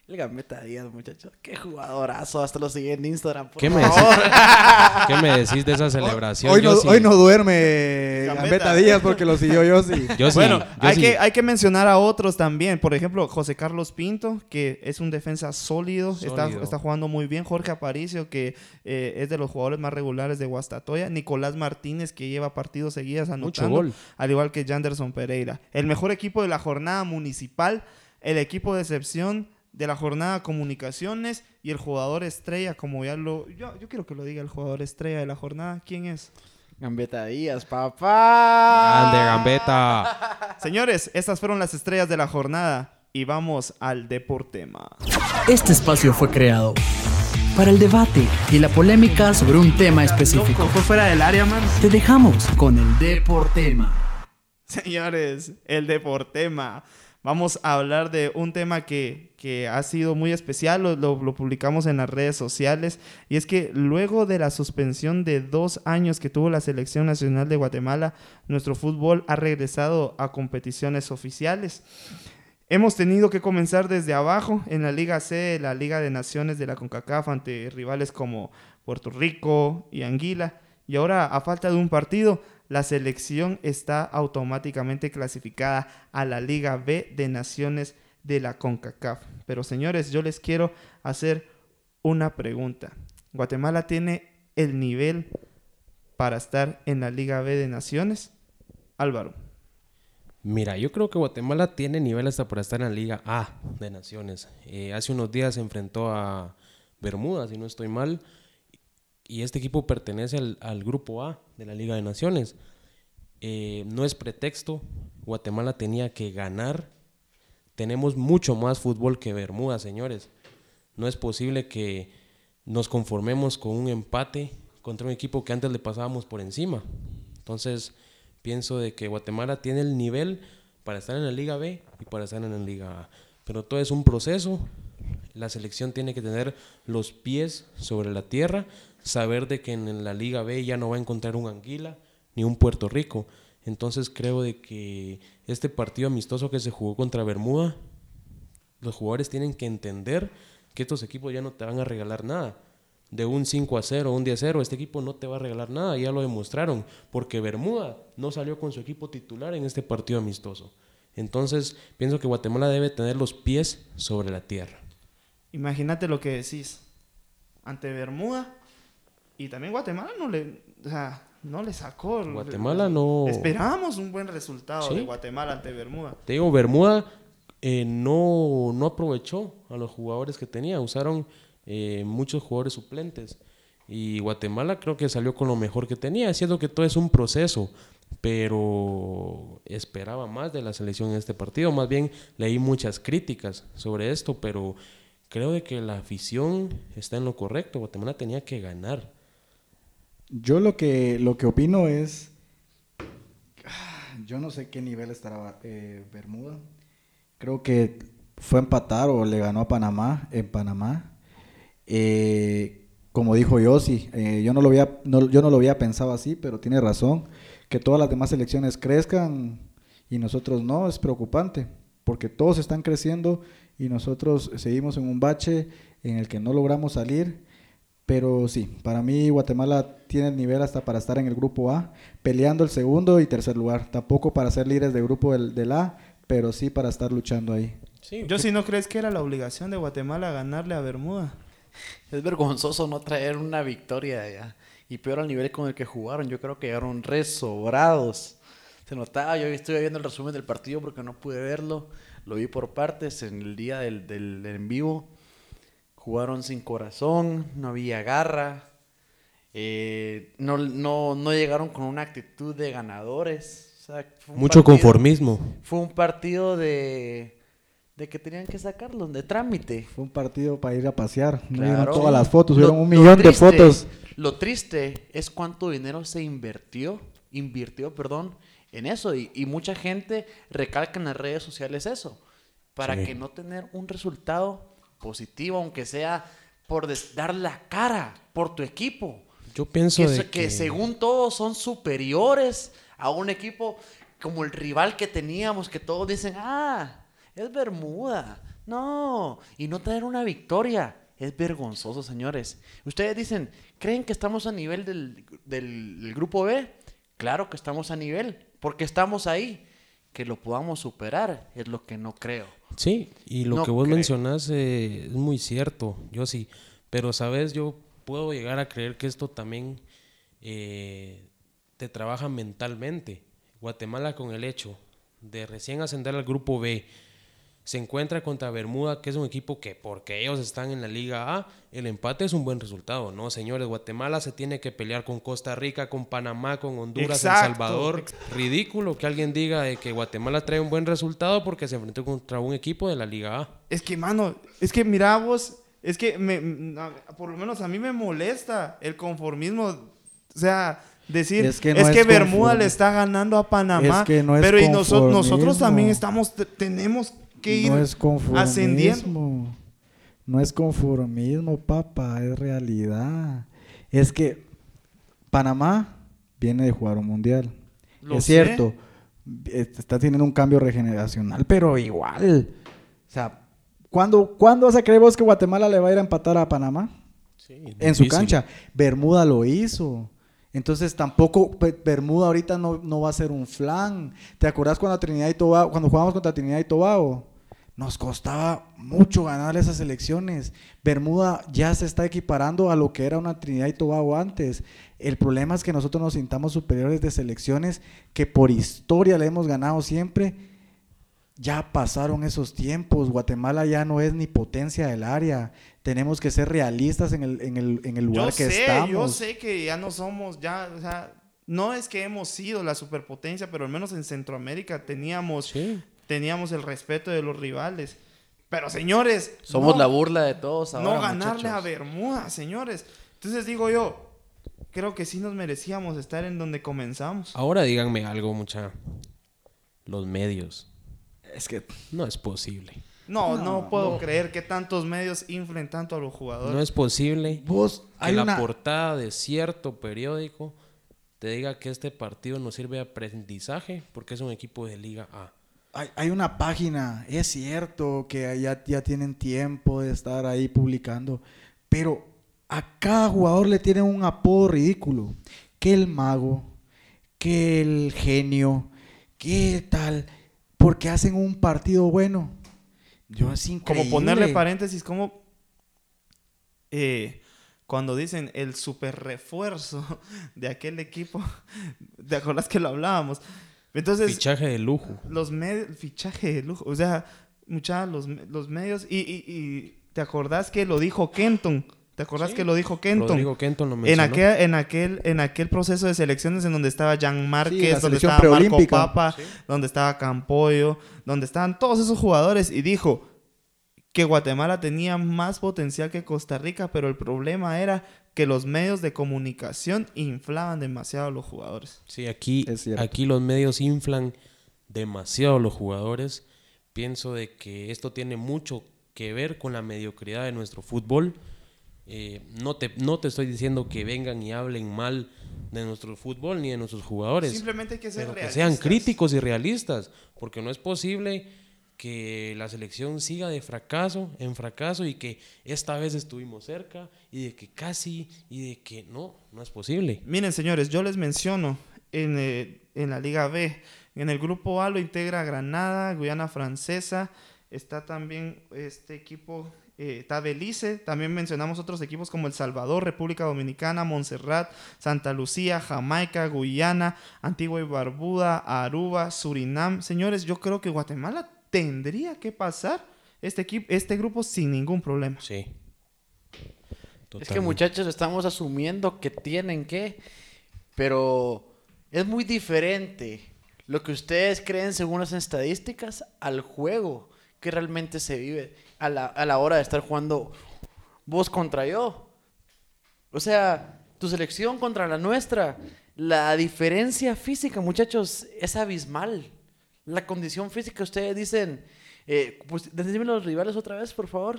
El Gambetta Díaz, muchachos. Qué jugadorazo. Hasta lo sigue en Instagram, por ¿Qué me, favor. decís, ¿Qué me decís de esa celebración? Hoy no, Yo sí- hoy no duerme Gambetta. Gambetta Díaz porque lo siguió yo sí. yo sí- Bueno, yo hay, sí- que, hay que mencionar a otros también. Por ejemplo, José Carlos Pinto, que es un defensa sólido, Está, Sólido. está jugando muy bien. Jorge Aparicio, que eh, es de los jugadores más regulares de Guastatoya. Nicolás Martínez, que lleva partidos seguidas Mucho anotando, gol. al igual que Janderson Pereira. El mejor equipo de la jornada municipal, el equipo de excepción de la jornada comunicaciones y el jugador estrella, como ya lo... Yo, yo quiero que lo diga el jugador estrella de la jornada. ¿Quién es? Gambetta Díaz, papá. Grande Gambetta. Señores, estas fueron las estrellas de la jornada y vamos al Deportema. Este espacio fue creado para el debate y la polémica sobre un tema específico. Fue fuera del área, man. Te dejamos con el Deportema. Señores, el Deportema. Vamos a hablar de un tema que, que ha sido muy especial, lo, lo, lo publicamos en las redes sociales, y es que luego de la suspensión de dos años que tuvo la Selección Nacional de Guatemala, nuestro fútbol ha regresado a competiciones oficiales. Hemos tenido que comenzar desde abajo en la Liga C, la Liga de Naciones de la CONCACAF, ante rivales como Puerto Rico y Anguila, y ahora, a falta de un partido, la selección está automáticamente clasificada a la Liga B de Naciones de la CONCACAF. Pero señores, yo les quiero hacer una pregunta. ¿Guatemala tiene el nivel para estar en la Liga B de Naciones? Álvaro. Mira, yo creo que Guatemala tiene nivel hasta para estar en la Liga A de Naciones. Eh, hace unos días se enfrentó a Bermuda, si no estoy mal, y este equipo pertenece al, al Grupo A de la Liga de Naciones. Eh, no es pretexto, Guatemala tenía que ganar. Tenemos mucho más fútbol que Bermuda, señores. No es posible que nos conformemos con un empate contra un equipo que antes le pasábamos por encima. Entonces, pienso de que Guatemala tiene el nivel para estar en la Liga B y para estar en la Liga A. Pero todo es un proceso. La selección tiene que tener los pies sobre la tierra, saber de que en la Liga B ya no va a encontrar un Anguila ni un Puerto Rico. Entonces creo de que este partido amistoso que se jugó contra Bermuda, los jugadores tienen que entender que estos equipos ya no te van a regalar nada. De un cinco a cero, un diez a cero, este equipo no te va a regalar nada, ya lo demostraron, porque Bermuda no salió con su equipo titular en este partido amistoso. Entonces pienso que Guatemala debe tener los pies sobre la tierra. Imagínate lo que decís. Ante Bermuda y también Guatemala no le, o sea, no le sacó. Guatemala no... Esperábamos un buen resultado ¿Sí? de Guatemala ante Bermuda. Te digo, Bermuda eh, no, no aprovechó a los jugadores que tenía, usaron eh, muchos jugadores suplentes. Y Guatemala creo que salió con lo mejor que tenía. Es cierto que todo es un proceso, pero esperaba más de la selección en este partido. Más bien leí muchas críticas sobre esto, pero creo de que la afición está en lo correcto. Guatemala tenía que ganar. Yo lo que, lo que opino es, yo no sé qué nivel estará eh, Bermuda. Creo que fue a empatar o le ganó a Panamá en Panamá. Eh, como dijo Yossi, eh, yo no lo había, no, yo no lo había pensado así, pero tiene razón. Que todas las demás selecciones crezcan y nosotros no, es preocupante, porque todos están creciendo y nosotros seguimos en un bache en el que no logramos salir. Pero sí, para mí Guatemala tiene el nivel hasta para estar en el grupo A, peleando el segundo y tercer lugar. Tampoco para ser líderes del grupo del, del A, pero sí para estar luchando ahí. Sí, Yo si no crees que era la obligación de Guatemala ganarle a Bermuda. Es vergonzoso no traer una victoria allá. Y peor al nivel con el que jugaron. Yo creo que llegaron re sobrados. Se notaba, yo estuve viendo el resumen del partido porque no pude verlo. Lo vi por partes en el día del, del, del en vivo. Jugaron sin corazón, no había garra. Eh, no, no, no llegaron con una actitud de ganadores. O sea, fue un mucho partido- conformismo. Fue un partido de, de que tenían que sacarlos, de trámite. Fue un partido para ir a pasear. No Claro. vieron todas las fotos, Lo- hubieron un lo millón de triste- fotos. Lo triste es cuánto dinero se invirtió, invirtió, perdón, en eso. Y, y mucha gente recalca en las redes sociales eso. Para Sí. que no tener un resultado positivo, aunque sea por des- dar la cara por tu equipo. Yo pienso Que, de se- que según todos son superiores a un equipo como el rival que teníamos, que todos dicen, ah, es Bermuda. No, y no traer una victoria. Es vergonzoso, señores. Ustedes dicen, ¿creen que estamos a nivel del, del, del grupo B? Claro que estamos a nivel, porque estamos ahí. Que lo podamos superar es lo que no creo. Sí, y lo No que vos creo. mencionás eh, es muy cierto, yo sí. Pero, ¿sabes? Yo puedo llegar a creer que esto también eh, te trabaja mentalmente. Guatemala, con el hecho de recién ascender al grupo B, se encuentra contra Bermuda, que es un equipo que, porque ellos están en la Liga A, el empate es un buen resultado. No, señores, Guatemala se tiene que pelear con Costa Rica, con Panamá, con Honduras, Exacto. El Salvador. Ridículo que alguien diga de que Guatemala trae un buen resultado porque se enfrentó contra un equipo de la Liga A. Es que, mano, es que mira vos, es que me, me- por lo menos a mí me molesta el conformismo. O sea, decir, Es es que que, no es Bermuda conformi- le está ganando a Panamá. Es que no es pero y noso- nosotros conformismo. también estamos, te- tenemos que ir No es ascendiendo. conformismo. No es conformismo, papá, es realidad. Es que Panamá viene de jugar un mundial. Lo es sé. cierto, eh, está teniendo un cambio regeneracional, pero igual. O sea, ¿cuándo, ¿cuándo vas a creer vos que Guatemala le va a ir a empatar a Panamá? Sí, En su difícil. cancha. Bermuda lo hizo. Entonces tampoco Pe- Bermuda ahorita no, no va a ser un flan. ¿Te acordás cuando Trinidad y Tobago, cuando jugábamos contra Trinidad y Tobago? Nos costaba mucho ganar esas elecciones. Bermuda ya se está equiparando a lo que era una Trinidad y Tobago antes. El problema es que nosotros nos sintamos superiores de selecciones que por historia le hemos ganado siempre. Ya pasaron esos tiempos. Guatemala ya no es ni potencia del área. Tenemos que ser realistas en el, en el, en el lugar Yo que sé, estamos. yo sé que ya no somos, ya, o sea, no es que hemos sido la superpotencia, pero al menos en Centroamérica teníamos, Sí. teníamos el respeto de los rivales. Pero señores, Somos no- la burla de todos ahora, no ganarle muchachos. a Bermuda, señores. Entonces digo yo, creo que sí nos merecíamos estar en donde comenzamos. Ahora díganme algo, mucha. Los medios. Es que No es posible. No, no, No, puedo no. creer que tantos medios inflen tanto a los jugadores. No es posible vos, que hay la una... portada de cierto periódico te diga que este partido nos sirve de aprendizaje porque es un equipo de Liga A. Hay, hay una página, es cierto que ya, ya tienen tiempo de estar ahí publicando, pero a cada jugador le tienen un apodo ridículo. Que el mago, que el genio, que tal, porque hacen un partido bueno. Yo es increíble. Como ponerle paréntesis, como eh, cuando dicen el super refuerzo de aquel equipo, ¿te acuerdas que lo hablábamos? Entonces, Fichaje de lujo. los medios, fichaje de lujo, o sea, mucha, los, los medios, y, y, y ¿te acordás que lo dijo Kenton? ¿Te acordás Sí. que lo dijo Kenton? Rodrigo Kenton lo En mencionó. aquel, en, aquel, en aquel proceso de selecciones en donde estaba Jan Sí, Márquez, la donde selección estaba Marco preolímpica. Papa, donde estaba Campoyo, donde estaban todos esos jugadores, y dijo que Guatemala tenía más potencial que Costa Rica, pero el problema era que los medios de comunicación inflaban demasiado a los jugadores. Sí, aquí, Es cierto. aquí los medios inflan demasiado a los jugadores. Pienso de que esto tiene mucho que ver con la mediocridad de nuestro fútbol. Eh, no, te, no te estoy diciendo que vengan y hablen mal de nuestro fútbol ni de nuestros jugadores. Simplemente hay que ser pero que realistas. sean críticos y realistas, porque no es posible que la selección siga de fracaso en fracaso y que esta vez estuvimos cerca y de que casi y de que no, no es posible. Miren, señores, yo les menciono en, eh, en la Liga B, en el grupo A lo integra Granada, Guyana Francesa, está también este equipo, eh, está Belice, también mencionamos otros equipos como El Salvador, República Dominicana, Montserrat, Santa Lucía, Jamaica, Guyana, Antigua y Barbuda, Aruba, Surinam. Señores, yo creo que Guatemala tendría que pasar este, equipo, este grupo sin ningún problema. Sí. Es que Totalmente. muchachos estamos asumiendo que tienen que, pero es muy diferente lo que ustedes creen según las estadísticas al juego que realmente se vive a la, a la hora de estar jugando vos contra yo. O sea, tu selección contra la nuestra, la diferencia física, muchachos, es abismal. La condición física, ustedes dicen, eh, pues decime los rivales otra vez, por favor.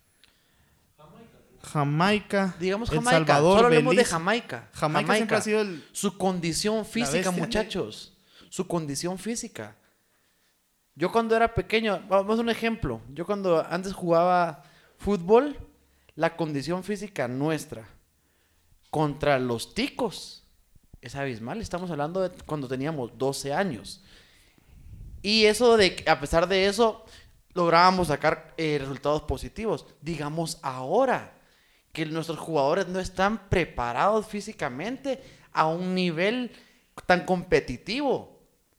Jamaica, Digamos El Jamaica, Salvador, solo hablemos de Belice. Jamaica. Jamaica siempre ha sido el... Su condición física, bestia, muchachos. Su condición física. Yo cuando era pequeño, vamos a un ejemplo. Yo cuando antes jugaba fútbol, la condición física nuestra contra los ticos es abismal. Estamos hablando de cuando teníamos doce años. Y eso de, a pesar de eso, lográbamos sacar eh, resultados positivos. Digamos ahora que nuestros jugadores no están preparados físicamente a un nivel tan competitivo.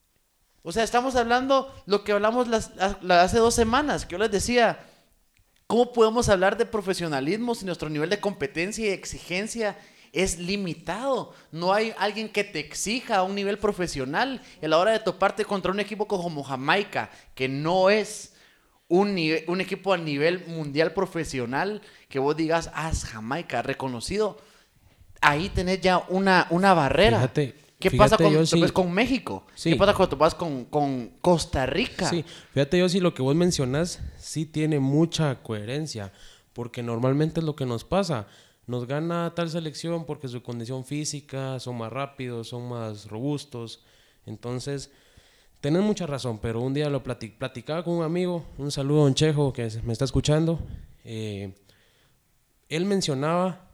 O sea, estamos hablando lo que hablamos las, las, hace dos semanas, que yo les decía, ¿cómo podemos hablar de profesionalismo si nuestro nivel de competencia y exigencia es limitado? No hay alguien que te exija a un nivel profesional. Y a la hora de toparte contra un equipo como Jamaica, que no es un, nivel, un equipo a nivel mundial profesional, que vos digas, ah, es Jamaica, reconocido, ahí tenés ya una, una barrera. Fíjate. ¿Qué Fíjate, pasa cuando Yossi, te vas con México? sí. ¿Qué pasa cuando te vas con, con Costa Rica? Sí, fíjate, yo sí lo que vos mencionás sí tiene mucha coherencia, porque normalmente es lo que nos pasa. Nos gana tal selección porque su condición física, son más rápidos, son más robustos. Entonces, tenés mucha razón, pero un día lo platic- platicaba con un amigo, un saludo a Don Chejo que me está escuchando. Eh, él mencionaba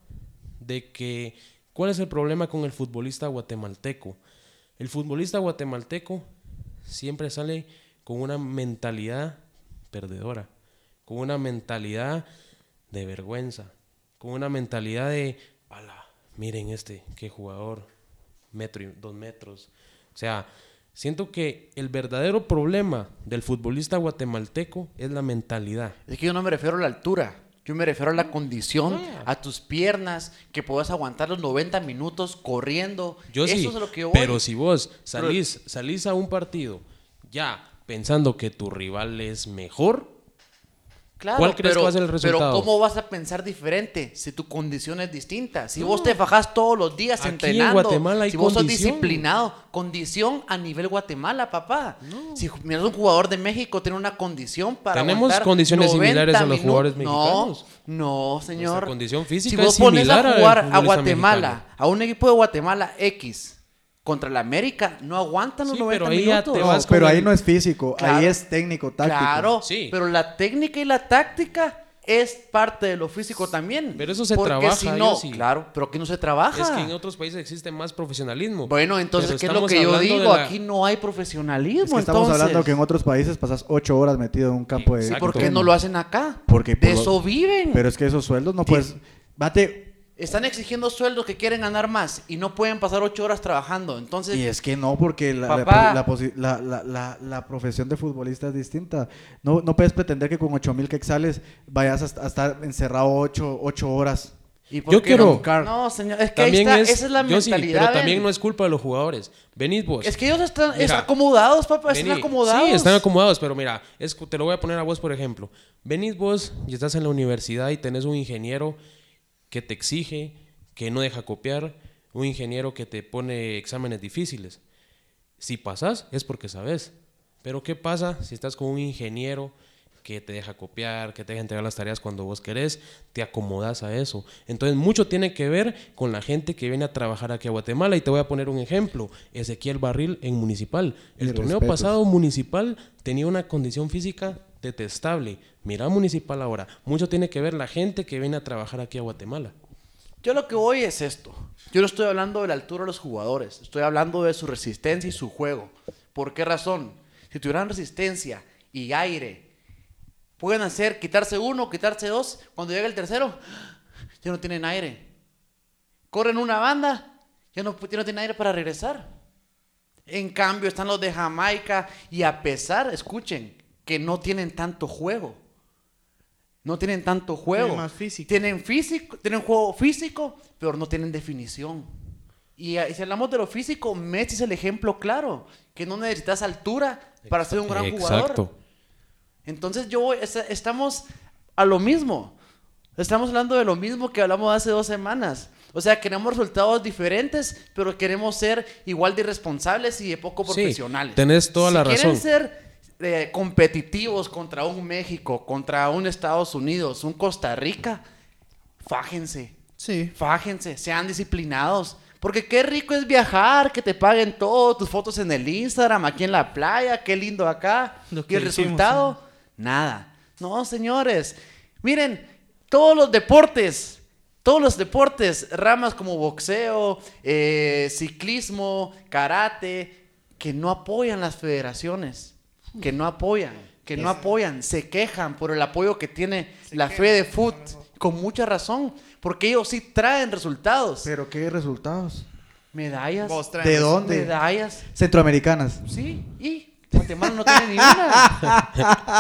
de que ¿cuál es el problema con el futbolista guatemalteco? El futbolista guatemalteco siempre sale con una mentalidad perdedora, con una mentalidad de vergüenza, con una mentalidad de, ala, miren este, qué jugador, metro y dos metros. O sea, siento que el verdadero problema del futbolista guatemalteco es la mentalidad. Es que yo no me refiero a la altura. Yo me refiero a la condición, a tus piernas, que puedas aguantar los noventa minutos corriendo. Yo Eso sí, es lo que yo pero voy. si vos salís, salís a un partido ya pensando que tu rival es mejor, Claro, ¿cuál crees pero, que va a ser el resultado? Pero ¿cómo vas a pensar diferente si tu condición es distinta? Si no. vos te fajás todos los días Aquí entrenando, en Guatemala hay si vos condición. sos disciplinado, condición a nivel Guatemala, papá. No. Si miras un jugador de México tiene una condición para Tenemos condiciones similares a los minutos. jugadores mexicanos. No, no, señor. Nuestra condición física si vos es pones similar a al jugar a futbolista Guatemala, mexicano. a un equipo de Guatemala X contra el América, no aguantan los Sí, noventa pero ahí ya minutos. te No, vas con pero ahí el- no es físico, Claro. ahí es técnico, táctico. Claro, Sí. pero la técnica y la táctica es parte de lo físico también. Pero eso se Porque trabaja, si no, yo sí. claro, pero aquí no se trabaja. Es que en otros países existe más profesionalismo. Bueno, entonces, Pero ¿qué es lo estamos que yo hablando de digo? la- Aquí no hay profesionalismo. Es que estamos entonces. hablando que en otros países pasas ocho horas metido en un campo de... ¿Y Exacto. por qué no lo hacen acá? Porque de por lo- eso viven. Pero es que esos sueldos no puedes... Bate... Están exigiendo sueldos que quieren ganar más y no pueden pasar ocho horas trabajando. Entonces, Y es que no, porque la, la- Papá. la posi- la- la- la- la profesión de futbolista es distinta. No, no puedes pretender que con ocho mil quetzales vayas a, est- a estar encerrado ocho, ocho horas. ¿y por Yo qué quiero- no? No, señor, es que ahí También está, es, esa es la yo sí, mentalidad. pero también ven. no es culpa de los jugadores. Venid vos. Es que ellos están, Mira, están acomodados, papá, Vení. están acomodados. Sí, están acomodados, pero mira, es, te lo voy a poner a vos, por ejemplo. Venís vos y estás en la universidad y tenés un ingeniero que te exige, que no deja copiar, un ingeniero que te pone exámenes difíciles. Si pasas, es porque sabes. Pero ¿qué pasa si estás con un ingeniero que te deja copiar, que te deja entregar las tareas cuando vos querés? Te acomodas a eso. Entonces, mucho tiene que ver con la gente que viene a trabajar aquí a Guatemala. Y te voy a poner un ejemplo. Ezequiel Barril en Municipal. El Mis torneo respetos. pasado Municipal tenía una condición física detestable. Mira Municipal ahora. Mucho tiene que ver la gente que viene a trabajar aquí a Guatemala. Yo lo que voy es esto. Yo no estoy hablando de la altura de los jugadores. Estoy hablando de su resistencia y su juego. ¿Por qué razón? Si tuvieran resistencia y aire, pueden hacer quitarse uno, quitarse dos. Cuando llega el tercero, ya no tienen aire. Corren una banda, ya no, ya no tienen aire para regresar. En cambio, están los de Jamaica y a pesar, escuchen, que no tienen tanto juego. No tienen tanto juego. Tienen más físico. Tienen físico, tienen juego físico, pero no tienen definición. Y, y si hablamos de lo físico, Messi es el ejemplo claro, que no necesitas altura para ser un gran jugador. Exacto. Entonces yo voy- es- estamos a lo mismo. Estamos hablando de lo mismo que hablamos hace dos semanas. O sea, queremos resultados diferentes, pero queremos ser igual de irresponsables y de poco Sí, profesionales. tenés toda si la quieren razón. ser eh, competitivos contra un México, contra un Estados Unidos, un Costa Rica, fájense. Sí. Fájense, sean disciplinados. Porque qué rico es viajar, que te paguen todo, tus fotos en el Instagram, aquí en la playa, qué lindo acá. Lo Y que el hicimos, resultado, nada. No, señores. Miren, todos los deportes, todos los deportes, ramas como boxeo, eh, ciclismo, karate, que no apoyan las federaciones, que no apoyan, que no apoyan, se quejan por el apoyo que tiene la FedeFoot, con mucha razón, porque ellos sí traen resultados. Pero ¿qué resultados? Medallas. Vos traes- ¿De dónde? Medallas. Centroamericanas. Sí, y Guatemala no tiene ni una.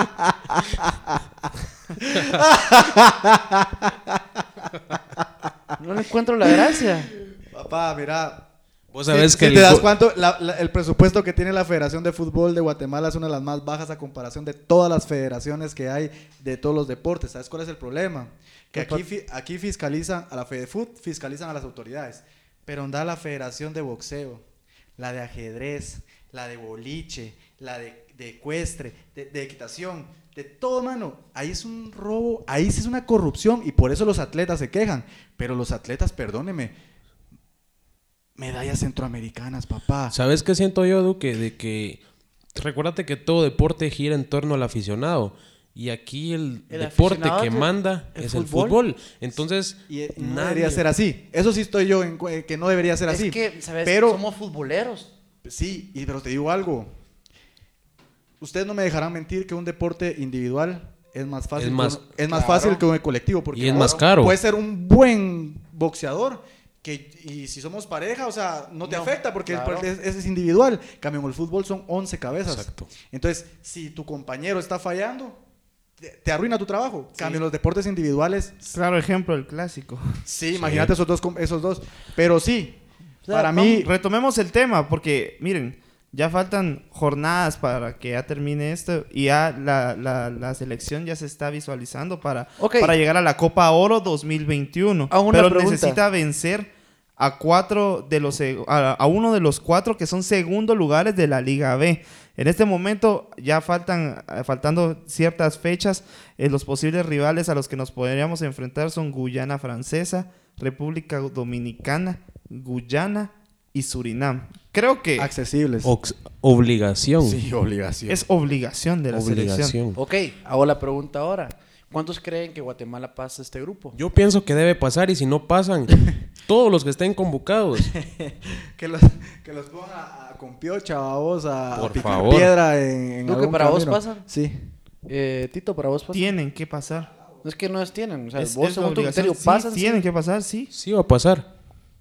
No le encuentro la gracia. Papá, mira. Vos sabés si, que si el te das go- cuánto, la- la- el presupuesto que tiene la Federación de Fútbol de Guatemala es una de las más bajas a comparación de todas las federaciones que hay de todos los deportes. ¿Sabes cuál es el problema? Que aquí, fi- aquí fiscalizan a la FedeFoot, fiscalizan a las autoridades, pero anda la Federación de Boxeo, la de ajedrez, la de boliche, la de, de ecuestre, de, de equitación, de todo, mano. Ahí es un robo, ahí sí es una corrupción y por eso los atletas se quejan. Pero los atletas, perdóneme, medallas centroamericanas, papá. ¿Sabes qué siento yo, Duque? De que, recuérdate que todo deporte gira en torno al aficionado. Y aquí el, El deporte aficionado que es el- manda el es el fútbol. fútbol. Entonces, Y, y no nadie- debería ser así. Eso sí estoy yo en cu- eh, que no debería ser así. Es que, ¿sabes? Pero Somos futboleros. sí, y, pero te digo algo. Ustedes no me dejarán mentir que un deporte individual es más fácil, Es más- que un- es más claro. fácil que un colectivo. Porque Y es más caro. Puede ser un buen boxeador. Que, y si somos pareja, o sea, no te No, afecta porque claro. porque es, es individual. Cambio, en el fútbol son once cabezas. Exacto. Entonces, si tu compañero está fallando, te, te arruina tu trabajo. Cambio, en los deportes individuales, Claro ejemplo, el clásico. sí, imagínate esos dos, com- esos dos. Pero sí, O sea, para vamos- mí, Retomemos el tema, porque miren, ya faltan jornadas para que ya termine esto y ya la, la, la selección ya se está visualizando para, Ok. para llegar a la Copa Oro dos mil veintiuno. Hago una Pero pregunta. necesita vencer a cuatro de los seg- a, a uno de los cuatro que son segundo lugares de la Liga B. En este momento ya faltan eh, faltando ciertas fechas. Eh, los posibles rivales a los que nos podríamos enfrentar son Guyana Francesa, República Dominicana, Guyana y Surinam. Creo que accesibles. ox- obligación. Sí, obligación. es obligación de la selección. obligación. Ok, hago la pregunta ahora. ¿Cuántos creen que Guatemala pasa este grupo? Yo pienso que debe pasar y si no pasan, todos los que estén convocados. Que los, que los pongan a, a- con piocha, vos, a, a Por picar favor. piedra en, en ¿Tú que algún para vos camino. pasan? Sí. Eh, Tito, ¿para vos pasa? Tienen que pasar. No es que no es tienen. O sea, Es- vos es según tu obligación. criterio Sí, pasan. sí. tienen que pasar, sí. Sí va a pasar.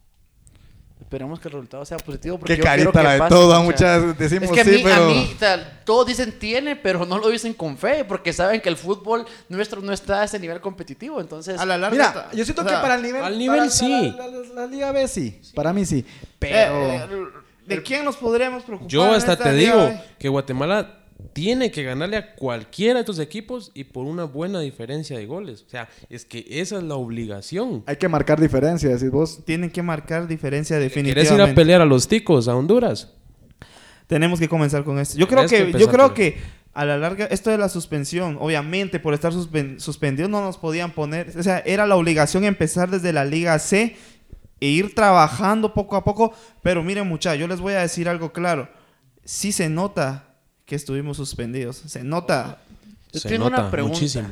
Esperemos que el resultado sea positivo. Porque Qué yo quiero carita que la de pase, todo, a o sea, muchas decimos Es que a sí, mí, pero... a mí, o sea, todos dicen tiene, pero no lo dicen con fe, porque saben que el fútbol nuestro no está a ese nivel competitivo. Entonces, A la larga. Mira, yo siento o que sea, para el nivel... al nivel para- sí. para La, la- la Liga B sí, para mí sí. Pero, Pero... ¿de quién nos podríamos preocupar? Yo en hasta esta te Liga digo B? que Guatemala tiene que ganarle a cualquiera de estos equipos y por una buena diferencia de goles. O sea, es que esa es la obligación. Hay que marcar diferencia, decís vos. Tienen que marcar diferencia ¿Quieres definitivamente. ir a pelear a los ticos, a Honduras? Tenemos que comenzar con esto. Yo creo Tenés que que, empezar yo creo por que a la larga, esto de la suspensión, obviamente por estar suspen- suspendidos no nos podían poner, o sea, era la obligación empezar desde la Liga C e ir trabajando poco a poco. Pero miren, muchachos, yo les voy a decir algo claro. Sí se nota que estuvimos suspendidos. Se nota. yo Se tengo una nota pregunta. muchísimo.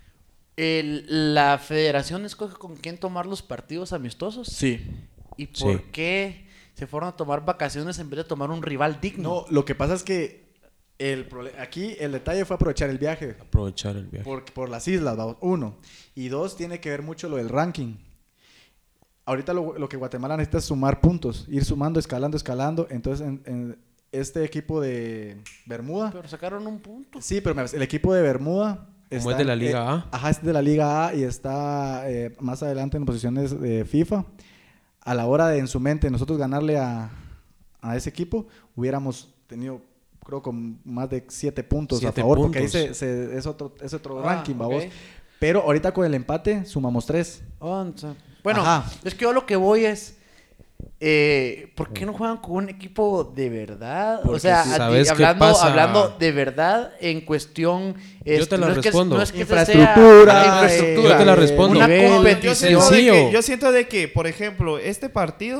El- ¿La federación escoge con quién tomar los partidos amistosos? Sí. ¿Y por Sí. qué se fueron a tomar vacaciones en vez de tomar un rival digno? No, lo que pasa es que el prole- aquí el detalle fue aprovechar el viaje. Aprovechar el viaje. Por, por las islas, vamos, uno. Y dos, tiene que ver mucho lo del ranking. Ahorita lo, lo que Guatemala necesita es sumar puntos, ir sumando, escalando, escalando. Entonces, en, en este equipo de Bermuda, Pero sacaron un punto. sí, pero me- el equipo de Bermuda Como es de la Liga A. Ajá, es de la Liga A y está eh, más adelante en posiciones de FIFA. A la hora de en su mente nosotros ganarle a, a ese equipo, hubiéramos tenido, creo, con más de siete puntos Siete a favor, porque ahí puntos. se, se- es otro, es otro Ah, ranking, ok. vamos. Pero ahorita con el empate sumamos tres. Once. Bueno, Ajá. es que yo lo que voy es. Eh, ¿Por qué no juegan con un equipo de verdad? O Porque sea, sí. a ti- ¿Sabes qué hablando, pasa? hablando de verdad en cuestión. Yo te la no es que- respondo. no es que se Infraestructura, sea- infraestructura. Yo te la respondo. Una nivel. Yo competición. siento, de Sencillo. que, yo siento de que, por ejemplo, este partido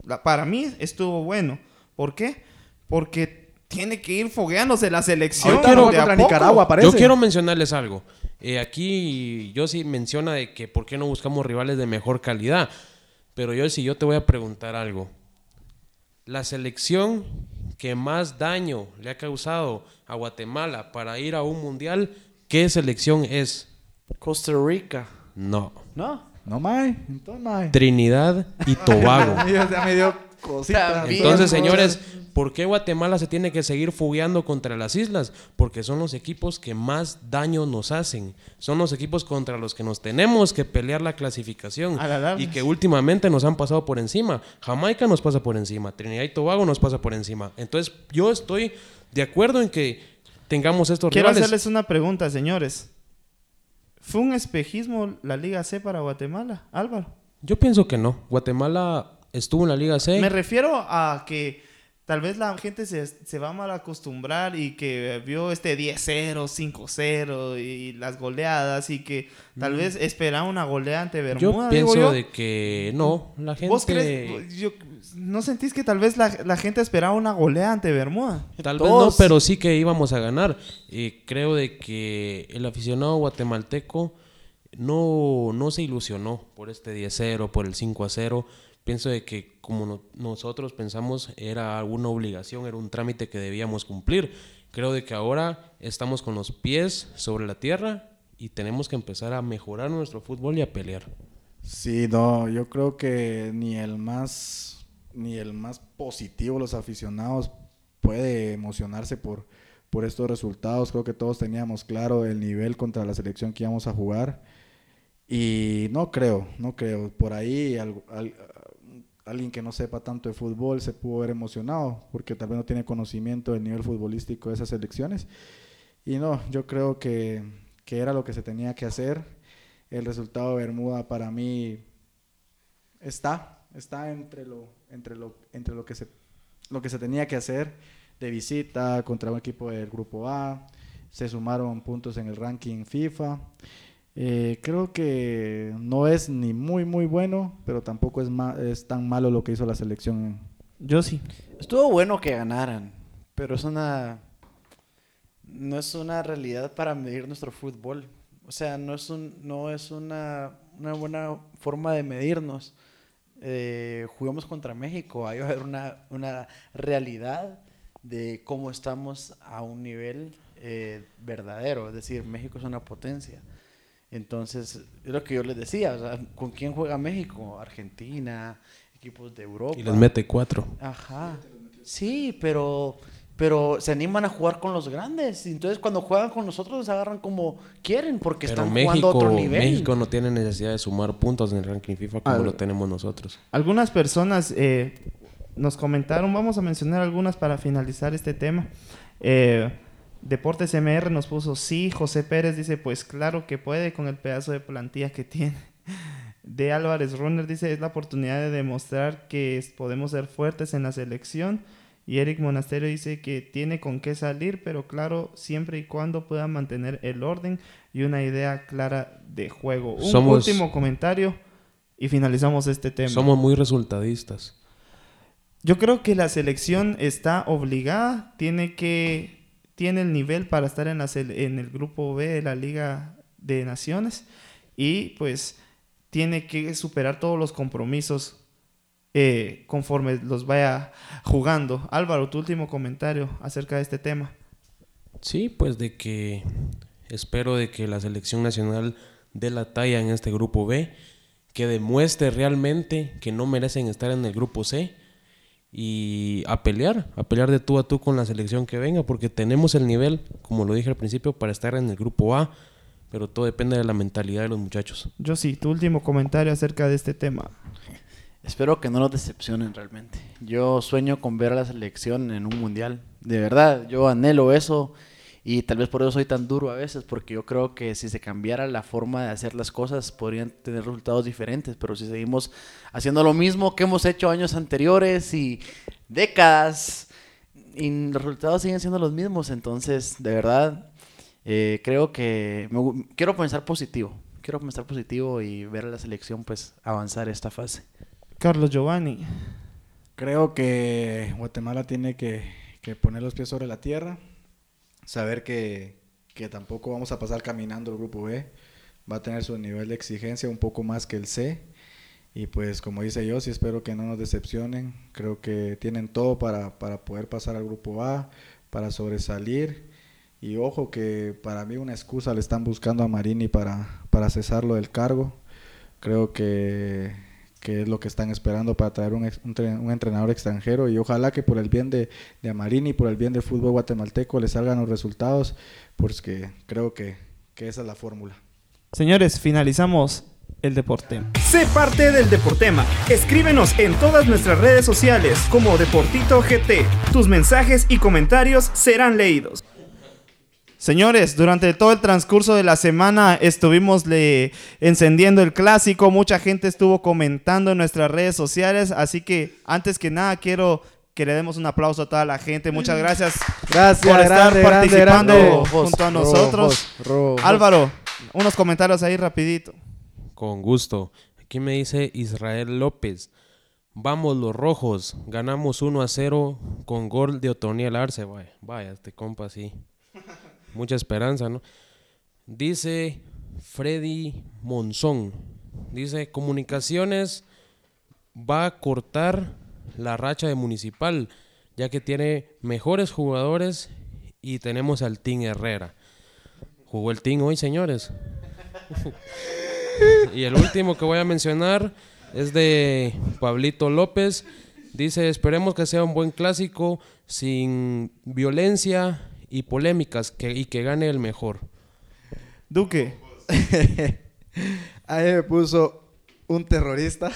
la- para mí estuvo bueno. ¿Por qué? Porque tiene que ir fogueándose la selección. Ahorita no va de a contra poco. Nicaragua, parece. Yo quiero mencionarles algo. Eh, aquí yo sí menciona de que por qué no buscamos rivales de mejor calidad. Pero yo sí, yo te voy a preguntar algo. La selección que más daño le ha causado a Guatemala para ir a un mundial, ¿qué selección es? Costa Rica. No. ¿No? No, mae. Entonces, mae. Trinidad y Tobago. Ya me dio cosita. También. Entonces, Bien, señores, ¿por qué Guatemala se tiene que seguir fugueando contra las islas? Porque son los equipos que más daño nos hacen. Son los equipos contra los que nos tenemos que pelear la clasificación. A la larga. Y que últimamente nos han pasado por encima. Jamaica nos pasa por encima. Trinidad y Tobago nos pasa por encima. Entonces, yo estoy de acuerdo en que tengamos estos Quiero rivales. hacerles una pregunta, señores. ¿Fue un espejismo la Liga C para Guatemala, Álvaro? Yo pienso que no. Guatemala estuvo en la Liga C. Me refiero a que tal vez la gente se, se va a mal acostumbrar y que vio este diez cero, cinco cero y las goleadas y que tal vez esperaba una goleada ante Mm. Yo Bermuda. digo pienso yo. de que no. La gente... ¿Vos crees? Yo- ¿No sentís que tal vez la, la gente esperaba una goleada ante Bermuda? Tal vez Todos- no, pero sí que íbamos a ganar. Eh, creo de que el aficionado guatemalteco no, no se ilusionó por este diez cero, por el cinco a cero. Pienso de que como no- nosotros pensamos era una obligación, era un trámite que debíamos cumplir. Creo de que ahora estamos con los pies sobre la tierra y tenemos que empezar a mejorar nuestro fútbol y a pelear. Sí, no, yo creo que ni el más ni el más positivo de los aficionados puede emocionarse por, por estos resultados. Creo que todos teníamos claro el nivel contra la selección que íbamos a jugar. Y no creo, no creo. Por ahí al- al- alguien que no sepa tanto de fútbol se pudo ver emocionado porque tal vez no tiene conocimiento del nivel futbolístico de esas selecciones. Y no, yo creo que, que era lo que se tenía que hacer. El resultado de Bermuda para mí está, está entre lo, entre lo, entre lo que se, lo que se tenía que hacer de visita contra un equipo del grupo A. Se sumaron puntos en el ranking FIFA. Eh, creo que no es ni muy muy bueno, pero tampoco es, ma- es tan malo lo que hizo la selección. Yo sí. Estuvo bueno que ganaran, pero es una no es una realidad para medir nuestro fútbol. O sea, no es un no es una, una buena forma de medirnos. Eh, jugamos contra México, ahí va a haber una, una realidad de cómo estamos a un nivel eh, verdadero. Es decir, México es una potencia. Entonces, es lo que yo les decía, o sea, ¿con quién juega México? Argentina, equipos de Europa. Y les mete cuatro. Ajá. Sí, pero, pero se animan a jugar con los grandes. Y entonces cuando juegan con nosotros se agarran como quieren porque Pero están jugando a México, otro nivel. México no tiene necesidad de sumar puntos en el ranking FIFA como Al- lo tenemos nosotros. Algunas personas eh, nos comentaron, vamos a mencionar algunas para finalizar este tema. Eh, Deportes M R nos puso sí, José Pérez dice pues claro que puede con el pedazo de plantilla que tiene. De Álvarez Runner dice es la oportunidad de demostrar que es- podemos ser fuertes en la selección. Y Eric Monasterio dice que tiene con qué salir, pero claro, siempre y cuando pueda mantener el orden y una idea clara de juego. Un Somos- último comentario y finalizamos este tema. Somos muy resultadistas. Yo creo que la selección está obligada, tiene que tiene el nivel para estar en, la sele- en el grupo B de la Liga de Naciones y pues tiene que superar todos los compromisos eh, conforme los vaya jugando. Álvaro, tu último comentario acerca de este tema. Sí, pues de que espero de que la selección nacional dé la talla en este grupo B, que demuestre realmente que no merecen estar en el grupo C y a pelear, a pelear de tú a tú con la selección que venga, porque tenemos el nivel, como lo dije al principio, para estar en el grupo A, pero todo depende de la mentalidad de los muchachos. Yo sí, tu último comentario acerca de este tema. Espero que no nos decepcionen realmente. Yo sueño con ver a la selección en un mundial. De verdad, yo anhelo eso y tal vez por eso soy tan duro a veces, porque yo creo que si se cambiara la forma de hacer las cosas podrían tener resultados diferentes, pero si seguimos haciendo lo mismo que hemos hecho años anteriores y décadas y los resultados siguen siendo los mismos, entonces de verdad eh, creo que me gu- quiero pensar positivo. Quiero pensar positivo y ver a la selección pues avanzar esta fase. Carlos Giovanni. Creo que Guatemala tiene que, que poner los pies sobre la tierra, saber que, que tampoco vamos a pasar caminando el grupo B, va a tener su nivel de exigencia un poco más que el C, y pues como dice yo, sí espero que no nos decepcionen, creo que tienen todo para, para poder pasar al grupo A, para sobresalir, y ojo que para mí una excusa le están buscando a Marini para, para cesarlo del cargo, creo que, que es lo que están esperando para traer un, ex, un, un entrenador extranjero, y ojalá que por el bien de, de Marini, por el bien del fútbol guatemalteco le salgan los resultados, porque creo que, que esa es la fórmula. Señores, finalizamos el Deportema. Sé parte del Deportema. Escríbenos en todas nuestras redes sociales como Deportito G T. Tus mensajes y comentarios serán leídos. Señores, durante todo el transcurso de la semana estuvimos le encendiendo el clásico, mucha gente estuvo comentando en nuestras redes sociales, así que antes que nada quiero que le demos un aplauso a toda la gente. Muchas gracias, gracias por estar grande, participando grande, grande. junto a nosotros. Rojos, rojos. Álvaro, unos comentarios ahí rapidito. Con gusto. Aquí me dice Israel López. Vamos los rojos. Ganamos uno a cero con gol de Otoniel Arce. Vaya, vaya, este compa sí. Mucha esperanza, ¿no? Dice Freddy Monzón. Dice, Comunicaciones va a cortar la racha de Municipal, ya que tiene mejores jugadores y tenemos al Team Herrera. Jugó el Team hoy, señores. Y el último que voy a mencionar es de Pablito López. Dice, esperemos que sea un buen clásico sin violencia y polémicas que, y que gane el mejor. Duque. Ahí me puso un terrorista.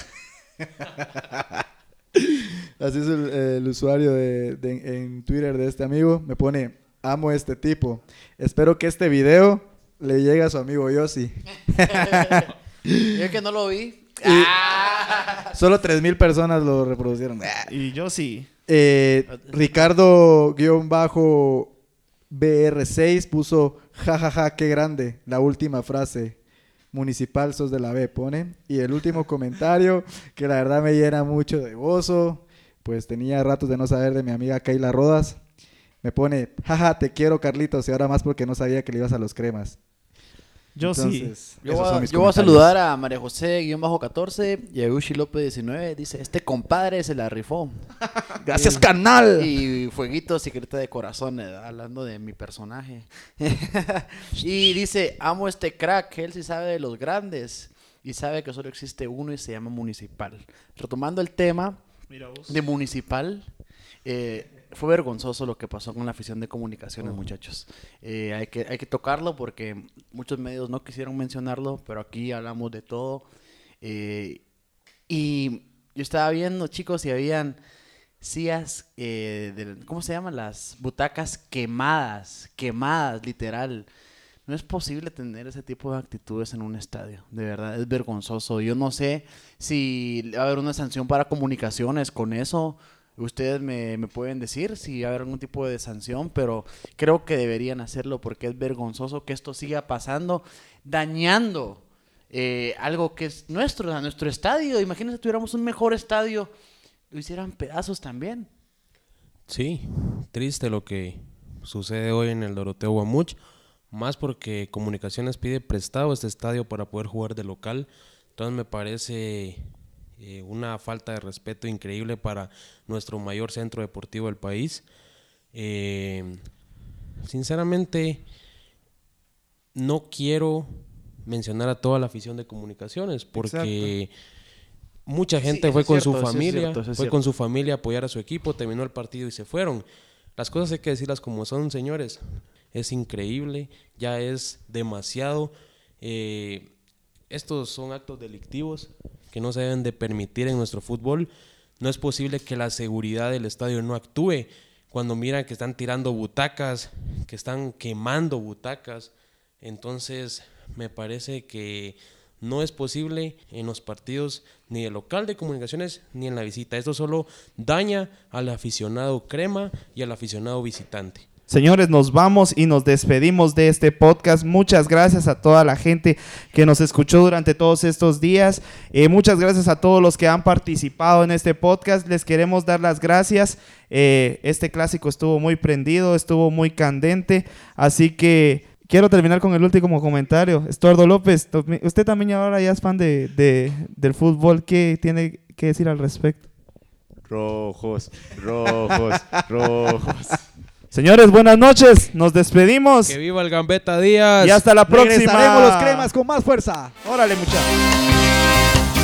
Así es el, el usuario de, de, en Twitter de este amigo. Me pone, amo a este tipo. Espero que este video le llegue a su amigo Yossi. Yo que no lo vi. Solo tres mil personas lo reproducieron. Y yo sí. Eh, Ricardo-B R seis puso, jajaja, ja, ja, qué grande. La última frase. Municipal, sos de la B, pone. Y el último comentario, que la verdad me llena mucho de gozo, pues tenía ratos de no saber de mi amiga Kayla Rodas. Me pone, jaja, te quiero Carlitos, y ahora más porque no sabía que le ibas a los cremas. Yo Entonces, sí. Yo, esos voy son a, mis yo voy a comentarios. saludar a María José catorce y a Ushi López diecinueve. Dice, este compadre se la rifó. Gracias, canal. Y Fueguito Secreta de Corazón, eh, hablando de mi personaje. Y dice, amo este crack, él sí sabe de los grandes y sabe que solo existe uno y se llama Municipal. Retomando el tema Mira vos. de Municipal, eh, fue vergonzoso lo que pasó con la afición de Comunicaciones, muchachos. Eh, hay que, hay que tocarlo porque muchos medios no quisieron mencionarlo, pero aquí hablamos de todo. Eh, y yo estaba viendo, chicos, y habían sillas, eh, de, ¿cómo se llaman? Las butacas quemadas, quemadas, literal. No es posible tener ese tipo de actitudes en un estadio, de verdad, es vergonzoso. Yo no sé si va a haber una sanción para Comunicaciones con eso. Ustedes me, me pueden decir si va a haber algún tipo de sanción, pero creo que deberían hacerlo porque es vergonzoso que esto siga pasando, dañando eh, algo que es nuestro, nuestro estadio. Imagínense si tuviéramos un mejor estadio, lo hicieran pedazos también. Sí, triste lo que sucede hoy en el Doroteo Guamuch, más porque Comunicaciones pide prestado este estadio para poder jugar de local. Entonces me parece eh, una falta de respeto increíble para nuestro mayor centro deportivo del país. Eh, sinceramente, no quiero mencionar a toda la afición de Comunicaciones porque mucha Sí, gente eso fue es con cierto, su eso es familia, cierto, eso es fue cierto. con su familia a apoyar a su equipo, terminó el partido y se fueron. Las cosas hay que decirlas como son, señores. Es increíble, ya es demasiado. Eh, estos son actos delictivos que no se deben de permitir en nuestro fútbol. No es posible que la seguridad del estadio no actúe cuando miran que están tirando butacas, que están quemando butacas. Entonces, me parece que no es posible en los partidos ni del local de Comunicaciones ni en la visita. Esto solo daña al aficionado crema y al aficionado visitante. Señores, nos vamos y nos despedimos de este podcast. Muchas gracias a toda la gente que nos escuchó durante todos estos días. Eh, muchas gracias a todos los que han participado en este podcast. Les queremos dar las gracias. Eh, este clásico estuvo muy prendido, estuvo muy candente. Así que quiero terminar con el último comentario. Estuardo López, usted también ahora ya es fan de, de, del fútbol. ¿Qué tiene que decir al respecto? Rojos, rojos, rojos. Señores, buenas noches. Nos despedimos. Que viva el Gambetta Díaz. Y hasta la próxima. Regresaremos los cremas con más fuerza. Órale, muchachos.